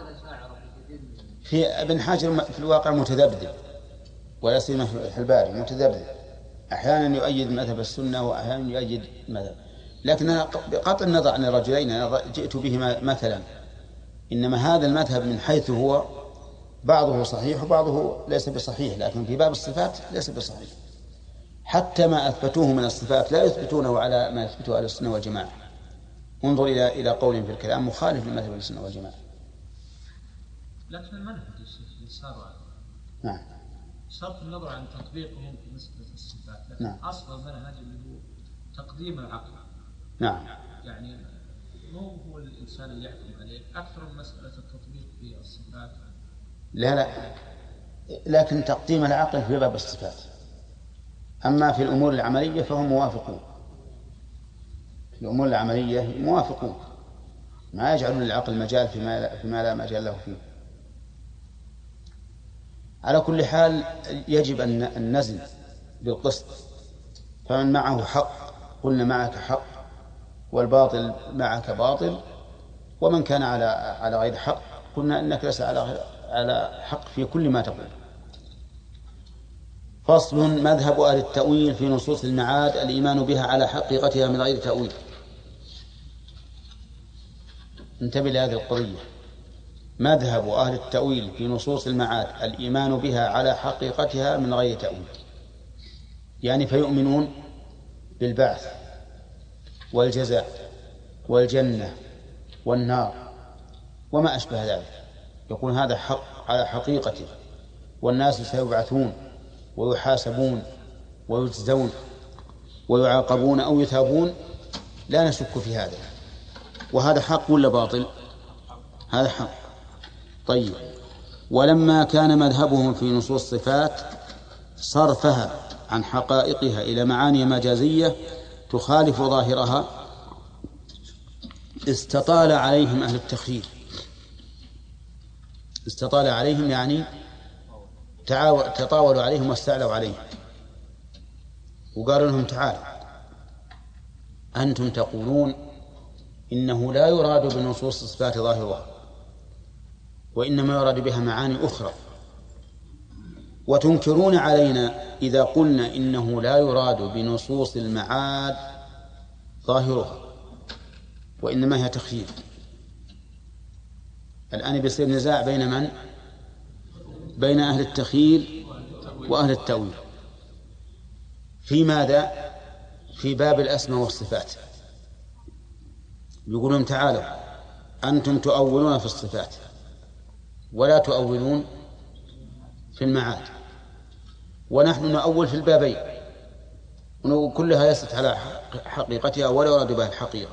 في ابن حجر في الواقع متذبذب، ولا سيما في الباري متذبذب، أحيانا يؤيد مذهب السنة وأحيانا يؤيد مذهب. لكن بقطع النظر عن الرجلين أنا جئت بهما مثلا، إنما هذا المذهب من حيث هو بعضه صحيح وبعضه ليس بصحيح، لكن في باب الصفات ليس بصحيح. حتى ما أثبتوه من الصفات لا يثبتونه على ما يثبته أهل السنة والجماعة. انظر إلى إلى قول في الكلام مخالف لمذهب السنة والجماعة. لكن المنهج صار نعم صرف النظر عن تطبيقهم في مسألة الصفات، لكن نعم. أصل المنهج اللي هو تقديم العقل. نعم. يعني مو هو الإنسان اللي يحكم عليه، أكثر من مسألة التطبيق في الصفات. لا لا، لكن تقديم العقل في باب الصفات، أما في الأمور العملية فهم موافقون. في الأمور العملية موافقون، ما يجعلون للعقل مجال فيما لا, فيما لا مجال له فيه. على كل حال يجب أن نزن بالقسط، فمن معه حق قلنا معك حق، والباطل معك باطل، ومن كان على على غير حق قلنا إنك لست على على حق في كل ما تقول. فصل: مذهب أهل التأويل في نصوص المعاد الإيمان بها على حقيقتها من غير تأويل. انتبه لهذه القضية: مذهب أهل التأويل في نصوص المعاد الإيمان بها على حقيقتها من غير تأويل، يعني فيؤمنون بالبعث والجزاء والجنة والنار وما أشبه ذلك، يقول هذا حق على حقيقته، والناس سيبعثون ويحاسبون ويجزون ويعاقبون أو يثابون، لا نشك في هذا. وهذا حق ولا باطل؟ هذا حق. طيب، ولما كان مذهبهم في نصوص الصفات صرفها عن حقائقها إلى معاني مجازية تخالف ظاهرها، استطال عليهم أهل التخيير. استطال عليهم يعني تطاولوا عليهم واستعلوا عليهم، وقالوا لهم: تعالوا أنتم تقولون إنه لا يراد بنصوص الصفات ظاهرها، وإنما يراد بها معاني أخرى، وتنكرون علينا إذا قلنا إنه لا يراد بنصوص المعاد ظاهرها وإنما هي تخيير. الآن بيصير نزاع بين من؟ بين أهل التخيير وأهل التأويل. في ماذا؟ في باب الأسماء والصفات. يقولون: تعالوا أنتم تؤولون في الصفات ولا تؤولون في المعاد، ونحن نؤول في البابين، كلها ليست على حقيقتها ولا يراد بها الحقيقة.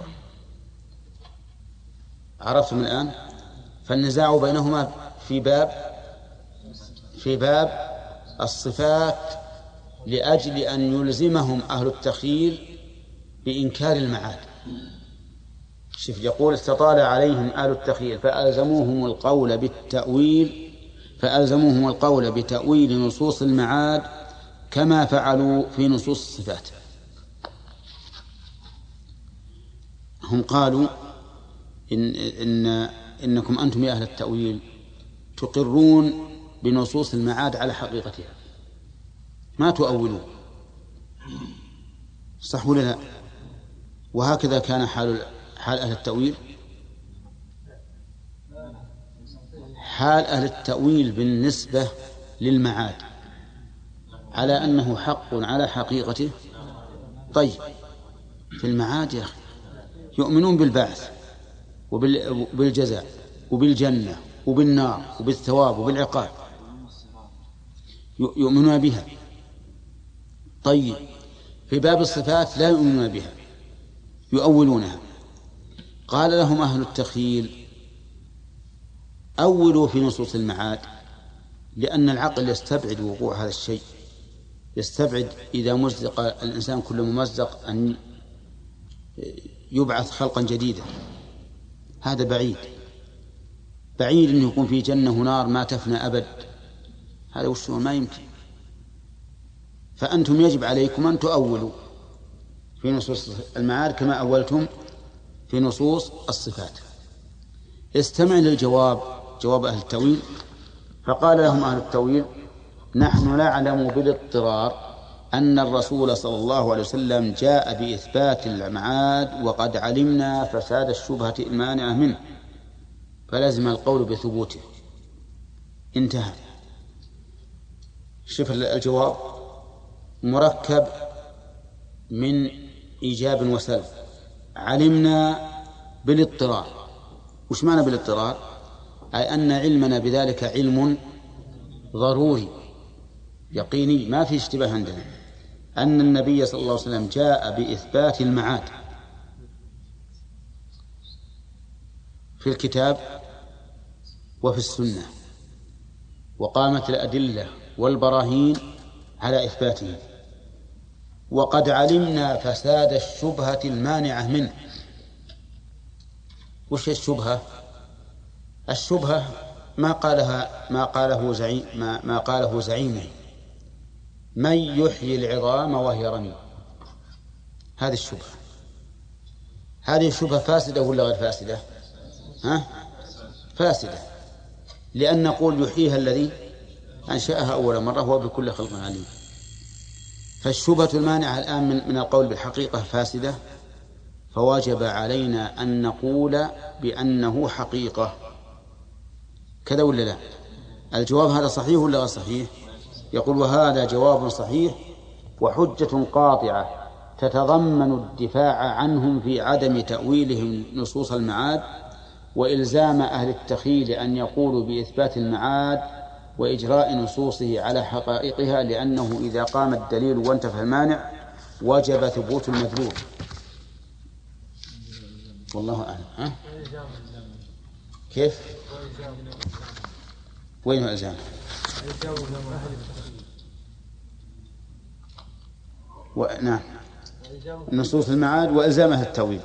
عرفتم الآن؟ فالنزاع بينهما في باب في باب الصفات لأجل أن يلزمهم أهل التخييل بإنكار المعاد. شوف يقول استطال عليهم أهل التخييل فألزموهم القول بالتأويل فألزموهم القول بتأويل نصوص المعاد كما فعلوا في نصوص الصفات. هم قالوا إن, إن إنكم أنتم يا أهل التأويل تقرون بنصوص المعاد على حقيقتها ما تؤولون، صح ولا لا؟ وهكذا كان حال حال أهل التأويل. حال أهل التأويل بالنسبة للمعاد على أنه حق على حقيقته. طيب في المعاد يا أخي يؤمنون بالبعث وبالجزاء وبالجنة وبالنار وبالثواب وبالعقاب، يؤمنون بها. طيب في باب الصفات لا يؤمنون بها، يؤولونها. قال لهم أهل التخييل أولوا في نصوص المعاد، لأن العقل يستبعد وقوع هذا الشيء، يستبعد إذا مزق الإنسان كل ممزق أن يبعث خلقا جديدا. هذا بعيد بعيد أن يكون في جنة ونار ما تفنى أبد، هذا وش ما يمكن. فأنتم يجب عليكم أن تؤولوا في نصوص المعاد كما أولتم في نصوص الصفات. استمع للجواب، جواب أهل التأويل. فقال لهم أهل التأويل نحن نعلم بالاضطرار أن الرسول صلى الله عليه وسلم جاء بإثبات المعاد وقد علمنا فساد الشبهة المانعة منه فلازم القول بثبوته. انتهى. شوف الجواب مركب من إيجاب وسلب. علمنا بالاضطرار، وش معنى بالاضطرار؟ أي أن علمنا بذلك علم ضروري يقيني ما في اشتباه عندنا أن النبي صلى الله عليه وسلم جاء بإثبات المعاد في الكتاب وفي السنة، وقامت الأدلة والبراهين على إثباته، وقد علمنا فساد الشبهة المانعة منه. وش الشبهة؟ الشبهة ما قالها ما قاله زعيم ما, ما قاله زعيمه من يحيي العظام وهي رميم. هذه الشبهة. هذه الشبهة فاسدة ولا غير فاسدة؟ ها؟ فاسدة، لأن نقول يحييها الذي أنشأها أول مرة هو بكل خلق عليم. فالشبهة المانعة الآن من, من القول بالحقيقة فاسدة، فواجب علينا أن نقول بأنه حقيقة. كذا ولا لا؟ الجواب هذا صحيح ولا غير صحيح؟ يقول وهذا جواب صحيح وحجة قاطعة تتضمن الدفاع عنهم في عدم تأويلهم نصوص المعاد وإلزام أهل التخيل أن يقولوا بإثبات المعاد وإجراء نصوصه على حقائقها، لأنه إذا قام الدليل وانتفى المانع وجب ثبوت المدلول. والله أعلم. ها؟ كيف؟ وين الإلزام؟ نعم نصوص المعاد وإلزامها التأويل.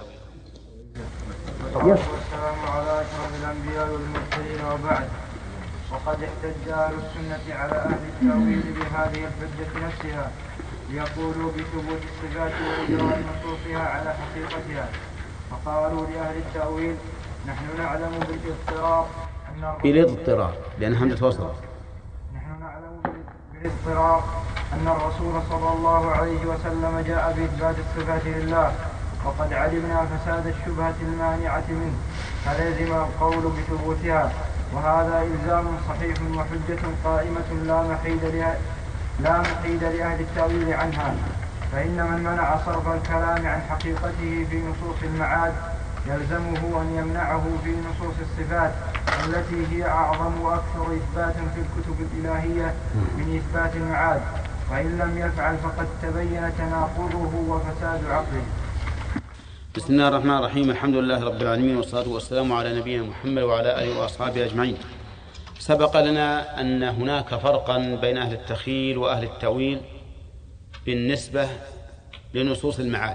والسلام على أشرف الأنبياء والمرسلين وبعد. وقد احتج أهل السنة على أهل التأويل بهذه الحجة نفسها ليقولوا بثبوت الصفات وإجراء نصوصها على حقيقتها. فقالوا لأهل التأويل نحن نعلم بالاضطرار أن بالاضطرار لأن همزة وصل نحن نعلم بالاضطرار أن الرسول صلى الله عليه وسلم جاء بإثبات الصفات لله وقد علمنا فساد الشبهة المانعة منه فلازم القول بثبوتها، وهذا إلزام صحيح وحجة قائمة لا محيد لها لا محيد لأهل التأويل عنها. فإن من منع صرف الكلام عن حقيقته في نصوص المعاد يلزمه أن يمنعه في نصوص الصفات التي هي أعظم وأكثر إثباتا في الكتب الإلهية من إثبات المعاد. وإن لم يفعل فقد تبين تناقضه وفساد عقله. بسم الله الرحمن الرحيم. الحمد لله رب العالمين، والصلاة والسلام على نبينا محمد وعلى آله وأصحابه أجمعين. سبق لنا أن هناك فرقا بين أهل التخيل وأهل التأويل بالنسبة لنصوص المعاد،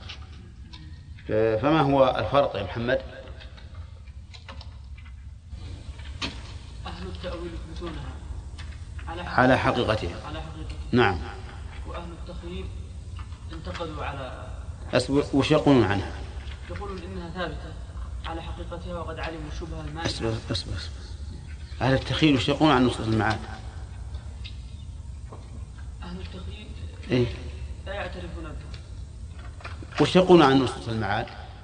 فما هو الفرق يا محمد؟ أهل التأويل يثبتونها على حقيقتها, على حقيقتها. على حقيقتها. نعم. وأهل التخيل انتقدوا على وش يقولون عنها؟ يقولون إنها ثابتة على حقيقتها وقد علموا الشبهة المانعة. أصبر أصبر أصبر. أهل التخيل وش يقولون عن نصوص المعاد؟ أهل التخيل إيه؟ لا يعترفون بها. وش يقولون عن نصوص المعاد؟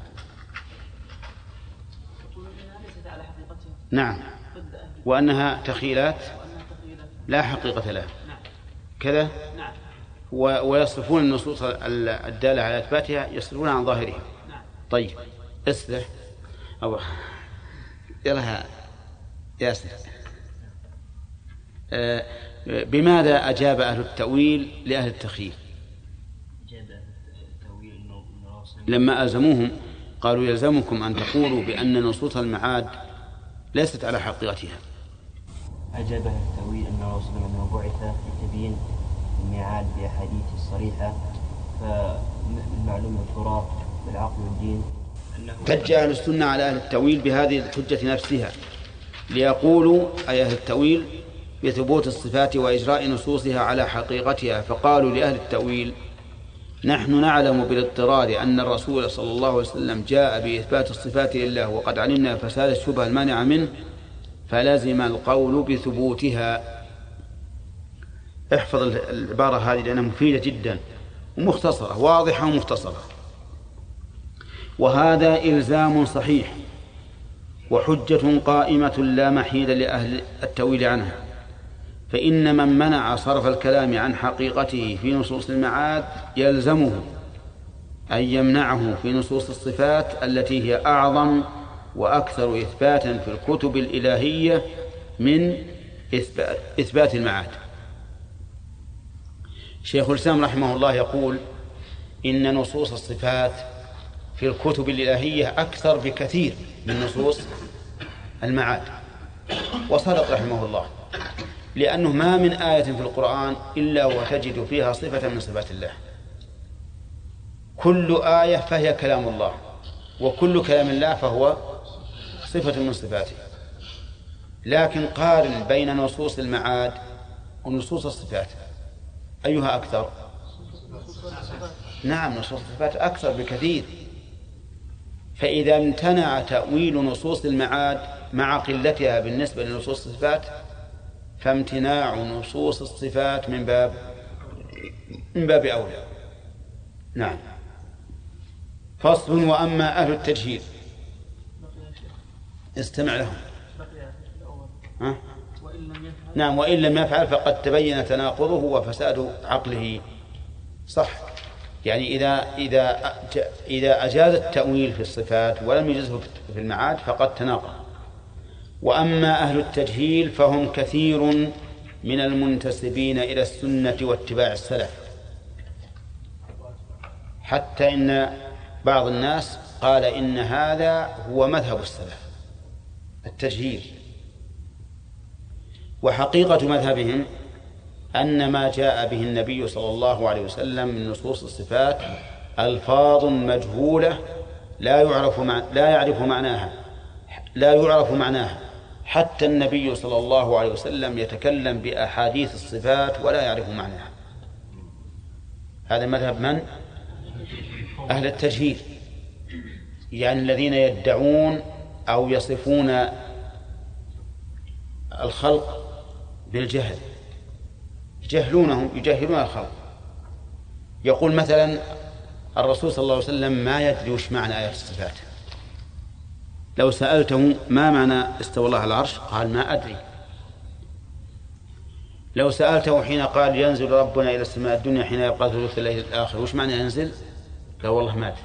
يقولون إنها ليست على حقيقتها. نعم. ضد أهل وأنها تخيلات وأنها تخيلات لا حقيقة لها. نعم. كذا. نعم. ويصرفون النصوص الدالة على إثباتها يصرفون عن ظاهرها. نعم. طيب اسلح أو يلا ياسر. آه بماذا أجاب أهل التأويل لأهل التخيل؟ لما ألزموهم قالوا يلزمكم أن تقولوا بأن نصوص المعاد ليست على حقيقتها. أجاب أهل التأويل أن الرسول لما بعث لتبيين الميعاد بأحاديث الصريحة، فالمعلوم الفراق بالعقل والدين أنه حج أهل السنة على أهل التأويل بهذه الحجة نفسها، ليقولوا أي أهل التأويل بثبوت الصفات وإجراء نصوصها على حقيقتها. فقالوا لأهل التأويل نحن نعلم بالاضطرار أن الرسول صلى الله عليه وسلم جاء بإثبات الصفات لله وقد علمنا فساد الشبهة المانعة منه، فلازم القول بثبوتها. احفظ العبارة هذه لأنها مفيدة جدا ومختصرة، واضحة ومختصرة. وهذا إلزام صحيح وحجة قائمة لا محيد لأهل التأويل عنها، فإن من منع صرف الكلام عن حقيقته في نصوص المعاد يلزمه أن يمنعه في نصوص الصفات التي هي أعظم وأكثر إثباتا في الكتب الإلهية من إثبات, إثبات المعاد. شيخ الإسلام رحمه الله يقول إن نصوص الصفات في الكتب الإلهية أكثر بكثير من نصوص المعاد، وصدق رحمه الله، لأنه ما من آية في القرآن إلا وتجد فيها صفة من صفات الله. كل آية فهي كلام الله، وكل كلام الله فهو صفة من صفاته. لكن قارن بين نصوص المعاد ونصوص الصفات، أيها أكثر؟ نعم، نصوص الصفات أكثر بكثير. فإذا امتنع تأويل نصوص المعاد مع قلتها بالنسبة لنصوص الصفات، فامتناع نصوص الصفات من باب من باب أولى. نعم. فصل. وأما أهل التجهيل استمع لهم. ها؟ نعم. وإن لم يفعل فقد تبين تناقضه وفساد عقله. صح، يعني إذا إذا إذا أجاز التأويل في الصفات ولم يجزه في المعاد فقد تناقض. وأما أهل التجهيل فهم كثير من المنتسبين إلى السنة واتباع السلف، حتى إن بعض الناس قال إن هذا هو مذهب السلف التجهيل. وحقيقة مذهبهم أن ما جاء به النبي صلى الله عليه وسلم من نصوص الصفات ألفاظ مجهولة لا يعرف مع... لا يعرف معناها لا يعرف معناها حتى النبي صلى الله عليه وسلم يتكلم بأحاديث الصفات ولا يعرف معناها. هذا مذهب من؟ أهل التجهيل، يعني الذين يدعون أو يصفون الخلق بالجهل، يجهلونهم يجهلون الخلق. يقول مثلا الرسول صلى الله عليه وسلم ما يدري وش معنى آيات الصفات، لو سألته ما معنى استوى الله على العرش قال ما أدري. لو سألته حين قال ينزل ربنا إلى السماء الدنيا حين يبقى ثلث الليل الآخر وش معنى ينزل قال والله ما أدري.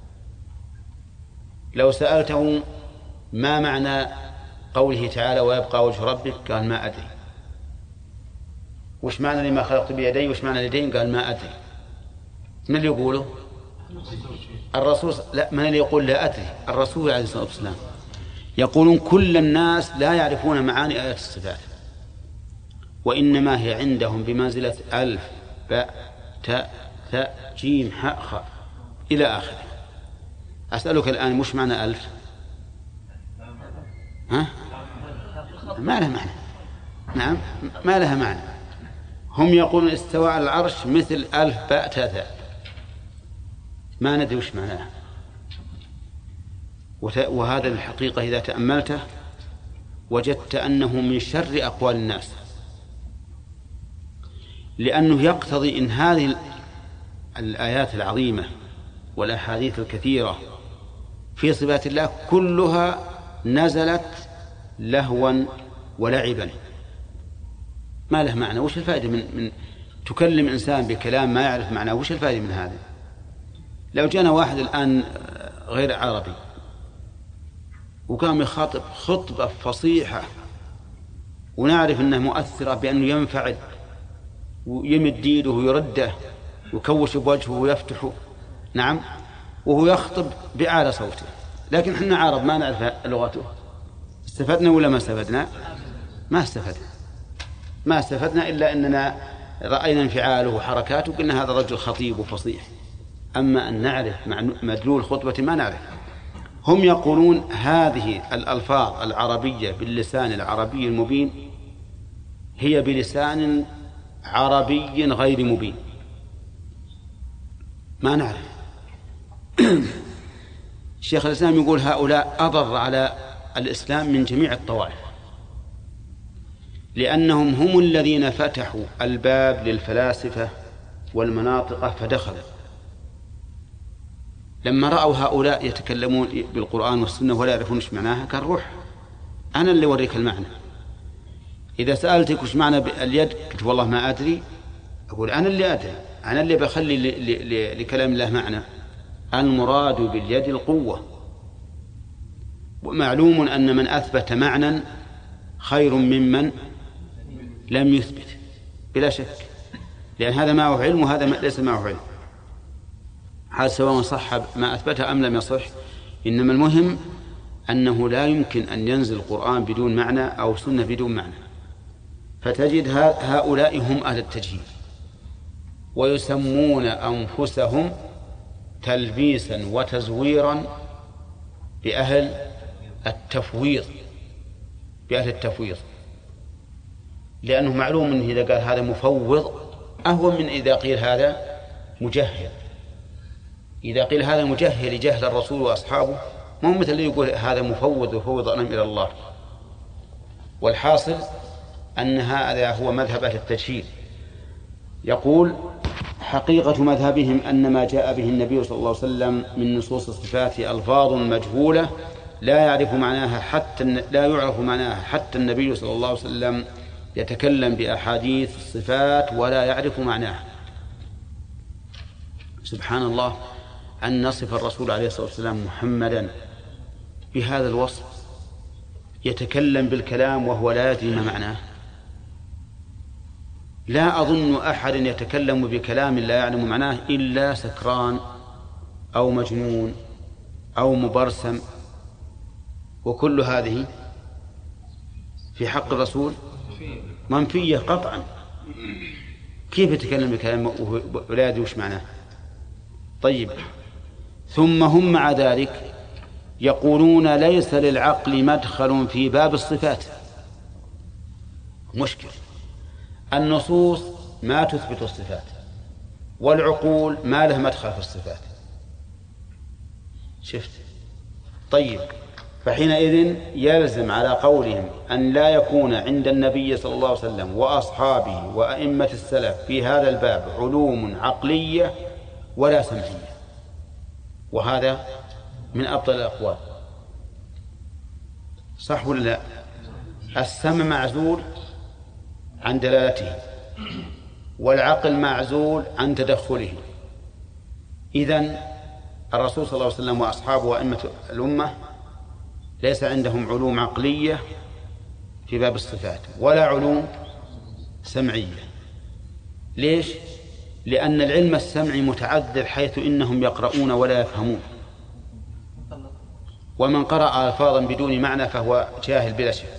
لو سألته ما معنى قوله تعالى ويبقى وجه ربك قال ما أدري. وش معنى لما خلقت بيدي وش معنى اليدين؟ قال ما أدري. من اللي يقوله؟ الرسول. لا، من اللي يقول لا أدري؟ الرسول عليه الصلاة والسلام. يقولون كل الناس لا يعرفون معاني آيات الصفات، وإنما هي عندهم بمنزلة ألف باء تاء ثاء جيم حاء خاء إلى آخره. أسألك الآن مش معنى ألف؟ ها؟ ما لها معنى. نعم، ما لها معنى. هم يقولون استوى على العرش مثل ألف باء تاء ثاء، ما ندري وش معناها. وهذا الحقيقة إذا تأملته وجدت أنه من شر أقوال الناس، لأنه يقتضي إن هذه الآيات العظيمة والأحاديث الكثيرة في صفات الله كلها نزلت لهوا ولعبا، ما له معنى. وش الفائدة من, من تكلم إنسان بكلام ما يعرف معناه؟ وش الفائدة من هذا؟ لو جانا واحد الآن غير عربي وقام يخاطب خطبة فصيحة ونعرف أنها مؤثرة بأنه ينفعل ويمد يده ويرده ويكوش بوجهه ويفتحه، نعم، وهو يخطب بأعلى صوته، لكن احنا عرب ما نعرف لغته، استفدنا ولا ما استفدنا؟ ما استفدنا ما استفدنا إلا أننا رأينا انفعاله وحركاته وقلنا هذا رجل خطيب وفصيح، أما أن نعرف مدلول خطبة ما نعرف. هم يقولون هذه الألفاظ العربية باللسان العربي المبين هي بلسان عربي غير مبين، ما نعرف. الشيخ الإسلام يقول هؤلاء أضر على الإسلام من جميع الطوائف، لأنهم هم الذين فتحوا الباب للفلاسفة والمناطق فدخلوا. لما رأوا هؤلاء يتكلمون بالقرآن والسنة ولا يعرفون ايش معناها قال روح أنا اللي أوريك المعنى. إذا سألتك وش معنى اليد قلت والله ما أدري، أقول أنا اللي أدري، أنا اللي بخلي لكلام الله معنى. المراد باليد القوة، ومعلوم أن من أثبت معنى خير ممن لم يثبت بلا شك، لأن هذا معه علم وهذا ليس معه علم، هذا سواء صح ما أثبته أم لم يصح. إنما المهم أنه لا يمكن أن ينزل القرآن بدون معنى أو سنة بدون معنى. فتجد هؤلاء هم أهل التجهيل، ويسمون أنفسهم تلبيسا وتزويرا بأهل التفويض بأهل التفويض لأنه معلوم أنه إذا قال هذا مفوض أهون من إذا قيل هذا مجهل. إذا قيل هذا مجهل جهل الرسول وأصحابه ما هو مثل اللي يقول هذا مفوض وفوض أمر إلى الله. والحاصل أن هذا هو مذهب أهل التجهيل. يقول حقيقة مذهبهم أن ما جاء به النبي صلى الله عليه وسلم من نصوص الصفات ألفاظ مجهولة لا يعرف معناها حتى لا يعرف معناها حتى النبي صلى الله عليه وسلم يتكلم بأحاديث الصفات ولا يعرف معناها. سبحان الله أن نصف الرسول عليه الصلاة والسلام محمدا بهذا الوصف، يتكلم بالكلام وهو لا يدري ما معناه. لا أظن أحد يتكلم بكلام لا يعلم معناه إلا سكران أو مجنون أو مبرسم، وكل هذه في حق الرسول منفية قطعا. كيف يتكلم بكلام ولا يدري وش معناه؟ طيب، ثم هم مع ذلك يقولون ليس للعقل مدخل في باب الصفات. مشكل، النصوص ما تثبت الصفات والعقول ما له مدخل في الصفات. شفت؟ طيب، فحينئذ يلزم على قولهم أن لا يكون عند النبي صلى الله عليه وسلم وأصحابه وأئمة السلف في هذا الباب علوم عقلية ولا سمعية، وهذا من أبطل الأقوال. صح ولا لا؟ السمع معزول عن دلالته والعقل معزول عن تدخله. إذن الرسول صلى الله عليه وسلم وأصحابه وأئمة الأمة ليس عندهم علوم عقلية في باب الصفات ولا علوم سمعية. ليش؟ لأن العلم السمعي متعذر، حيث إنهم يقرؤون ولا يفهمون، ومن قرأ ألفاظا بدون معنى فهو جاهل بلا شك.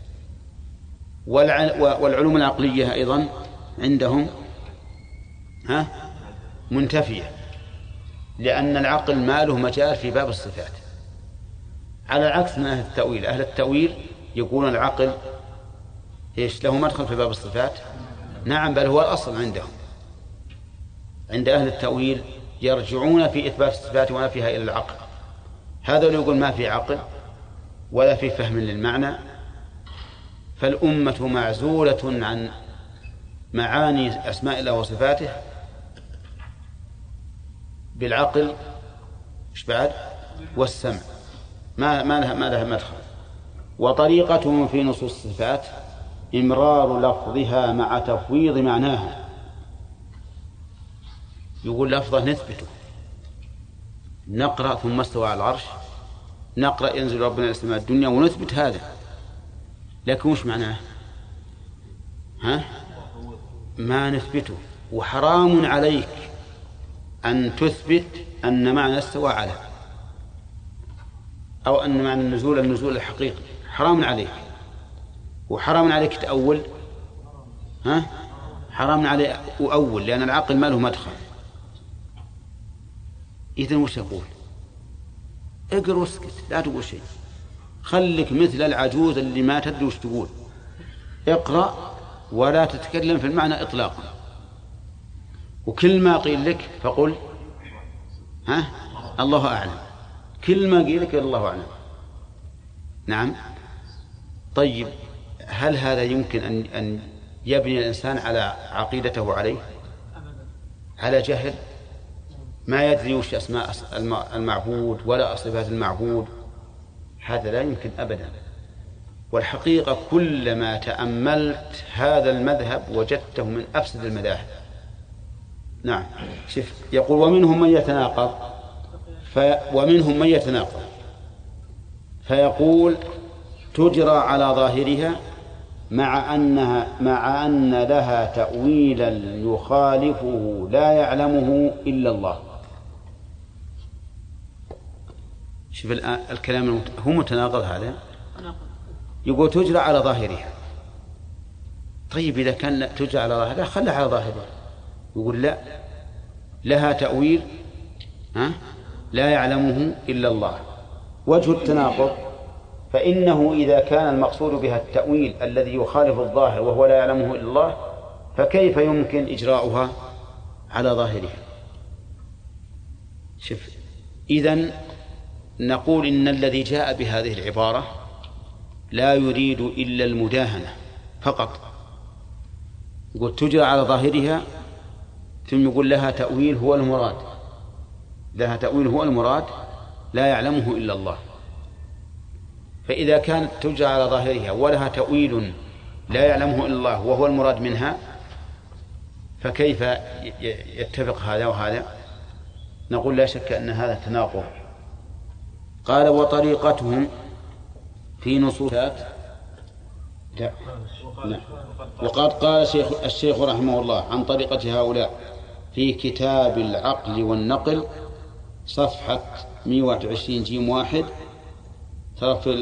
والعلوم العقلية أيضا عندهم ها منتفية، لأن العقل ما له مجال في باب الصفات، على العكس من أهل التأويل. أهل التأويل يقولون العقل إيش له مدخل في باب الصفات؟ نعم، بل هو الأصل عندهم. عند أهل التأويل يرجعون في إثبات الصفات ونفيها إلى العقل. هذا اللي يقول ما في عقل ولا في فهم للمعنى، فالأمة معزولة عن معاني أسماء الله وصفاته بالعقل إيش بعد والسمع، ما ما لها ما لها مدخل. وطريقتهم في نصوص الصفات إمرار لفظها مع تفويض معناها. يقول لفظه نثبته، نقرأ ثم استوى على العرش، نقرأ ينزل ربنا إلى السماء الدنيا ونثبت هذا، لكن وش معناه؟ ها؟ ما نثبته. وحرام عليك أن تثبت أن معنى استوى على، أو أن معنى النزول النزول الحقيقي، حرام عليك. وحرام عليك تأول، ها؟ حرام عليك أول، لأن العقل ما له مدخل. إذن وش يقول؟ اقر واسكت، لا تقول شيء، خلك مثل العجوز اللي ما تدري وش تقول، اقرأ ولا تتكلم في المعنى إطلاقا، وكل ما قيل لك فقل ها الله أعلم، كل ما قيل لك الله أعلم. نعم. طيب، هل هذا يمكن أن أن يبني الإنسان على عقيدته عليه؟ على جهل، ما يدري وش أسماء المعبود ولا صفات المعبود، هذا لا يمكن أبدا. والحقيقة كلما تأملت هذا المذهب وجدته من أفسد المذاهب. نعم. شوف، يقول ومنهم من يتناقض في ومنهم من يتناقض فيقول تجرى على ظاهرها مع أنها مع أن لها تأويلا يخالفه لا يعلمه إلا الله. شوف الكلام هو متناقض هذا. يقول تجرى على ظاهرها. طيب إذا كان تجرى على ظاهرها خلها على ظاهرها. يقول لا، لها تأويل ها لا يعلمه إلا الله. وجه التناقض فإنه إذا كان المقصود بها التأويل الذي يخالف الظاهر وهو لا يعلمه إلا الله، فكيف يمكن إجراؤها على ظاهرها؟ شوف، إذن نقول إن الذي جاء بهذه العبارة لا يريد إلا المداهنة فقط. يقول تجرى على ظاهرها، ثم يقول لها تأويل هو المراد، لها تأويل هو المراد لا يعلمه إلا الله. فإذا كانت تجرى على ظاهرها ولها تأويل لا يعلمه إلا الله وهو المراد منها، فكيف يتفق هذا وهذا؟ نقول لا شك أن هذا تناقض. قال وطريقتهم في نصوصات لا. لا. وقد قال الشيخ, الشيخ رحمه الله عن طريقة هؤلاء في كتاب العقل والنقل صفحة مئة وواحد وعشرين جيم واحد، ترى في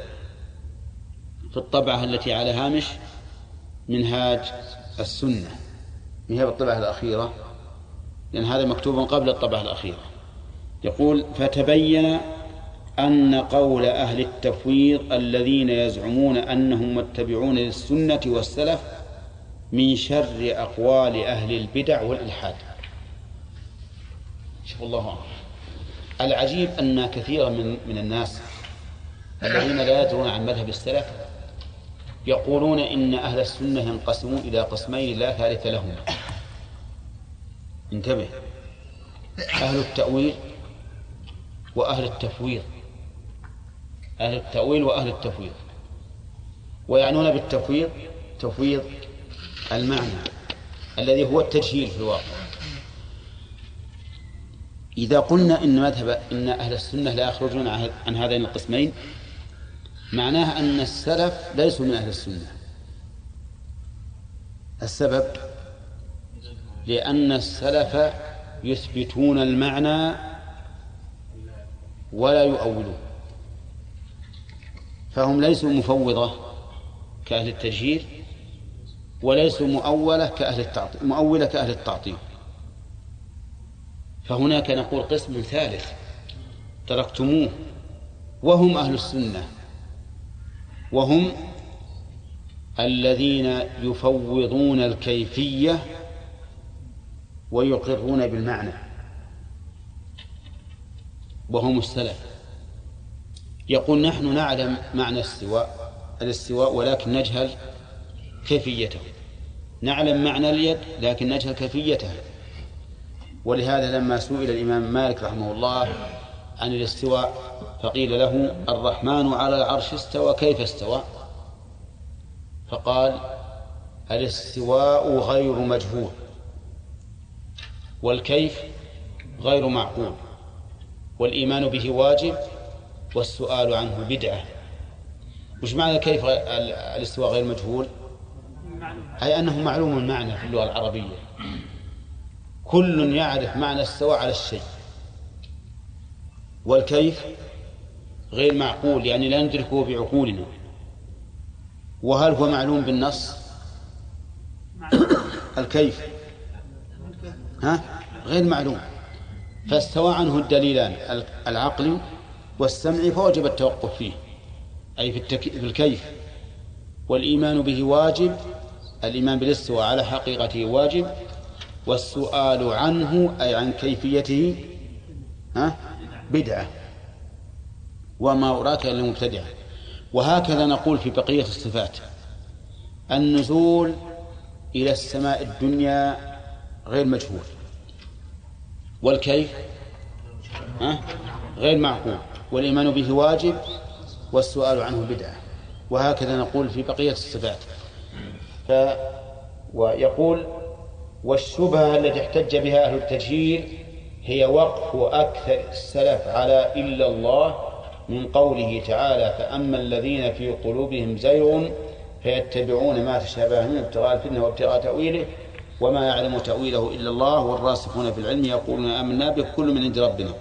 في الطبعة التي على هامش منهاج السنة، من هي بالطبعة الأخيرة، لأن هذا مكتوب قبل الطبعة الأخيرة. يقول فتبين أن قول أهل التفويض الذين يزعمون أنهم متبعون للسنة والسلف من شر أقوال أهل البدع والإلحاد. شوف الله، العجيب أن كثيرا من من الناس الذين لا يدرون عن مذهب السلف يقولون إن أهل السنة ينقسمون إلى قسمين لا ثالث لهم. انتبه، أهل التأويل وأهل التفويض، أهل التأويل وأهل التفويض، ويعنون بالتفويض تفويض المعنى الذي هو التجهيل في الواقع. إذا قلنا إن مذهب إن أهل السنة لا يخرجون عن هذين القسمين، معناه أن السلف ليسوا من أهل السنة. السبب لأن السلف يثبتون المعنى ولا يؤولون، فهم ليسوا مفوضة كأهل التجهيل، وليسوا مؤولة كأهل التعطيل مؤولة كأهل التعطيل. فهناك نقول قسم ثالث تركتموه، وهم أهل السنة، وهم الذين يفوضون الكيفية ويقرون بالمعنى، وهم السلف. يقول نحن نعلم معنى الاستواء الاستواء ولكن نجهل كيفيته، نعلم معنى اليد لكن نجهل كيفيتها. ولهذا لما سئل الإمام مالك رحمه الله عن الاستواء فقيل له الرحمن على العرش استوى كيف استوى؟ فقال الاستواء غير مجهول والكيف غير معقول والإيمان به واجب والسؤال عنه بدعة. وش معنى كيف الاستواء غير مجهول؟ أي أنه معلوم المعنى في اللغة العربية، كل يعرف معنى استوى على الشيء. والكيف غير معقول، يعني لا ندركه بعقولنا. وهل هو معلوم بالنص؟ الكيف ها غير معلوم، فاستوى عنه الدليلان العقل والسمع، فوجب التوقف فيه أي في, التك... في الكيف. والإيمان به واجب، الإيمان بالاستواء على حقيقته واجب، والسؤال عنه أي عن كيفيته ها بدعة، وما أراك إلا مبتدعة. وهكذا نقول في بقية الصفات. النزول إلى السماء الدنيا غير مجهول، والكيف ها غير معقول، والإيمان به واجب والسؤال عنه بدعة. وهكذا نقول في بقية الصفات. ف ويقول والشبهة التي احتج بها أهل التجهيل هي وقف أكثر السلف على إلا الله من قوله تعالى فأما الذين في قلوبهم زيغ فيتبعون ما تشابه منه ابتغاء الفتنة وابتغاء تأويله وما يعلم تأويله إلا الله والراسخون في العلم يقولون آمنا به كل من عند ربنا.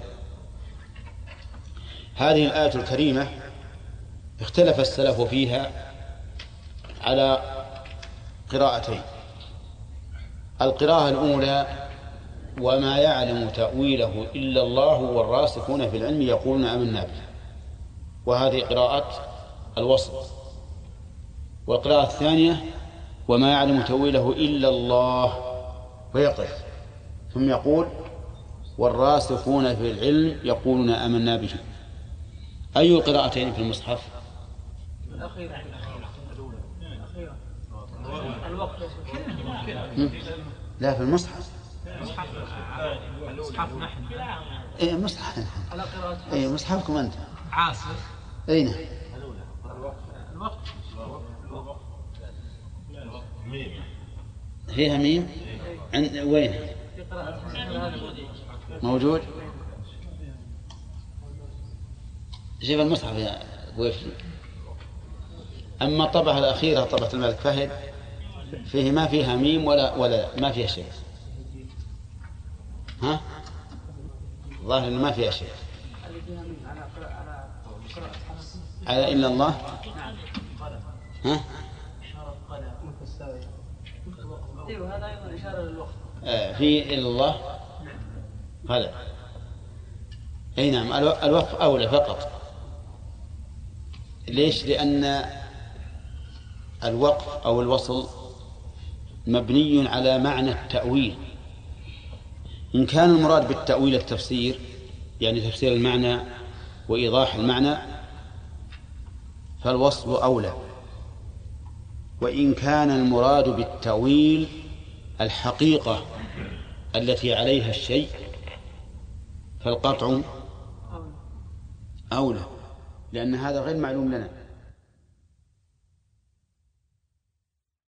هذه الآية الكريمة اختلف السلف فيها على قراءتين. القراءة الأولى وما يعلم تأويله إلا الله والراسخون في العلم يقولون آمنا به، وهذه قراءة الوصل. والقراءة الثانية وما يعلم تأويله إلا الله ويقف ثم يقول والراسخون في العلم يقولون آمنا به. أي القراءتين في المصحف؟ الأخيرة. الوقت. لا في المصحف. مصحف نحن. إيه مصحف نحن. على قراءة. إيه مصحفكم أنت. عاصف. أين؟ الوقت. فيها ميم؟ عند وين؟ في قراءة هذا موجود؟ شوف المصحف يا ويفلي. أما الطبعة الأخيرة طبعة الملك فهد فيه ما فيها ميم ولا ولا ما فيها شيء. ها؟ ظاهر إنه ما فيها شيء. على إلا الله. ها؟ هذا أيضا إشارة للوقت. آه في إلا الله هذا. أي نعم الوقف أولى فقط. ليش؟ لأن الوقف أو الوصل مبني على معنى التأويل. إن كان المراد بالتأويل التفسير يعني تفسير المعنى وإيضاح المعنى فالوصل أولى، وإن كان المراد بالتأويل الحقيقة التي عليها الشيء فالقطع أولى، لأن هذا غير معلوم لنا.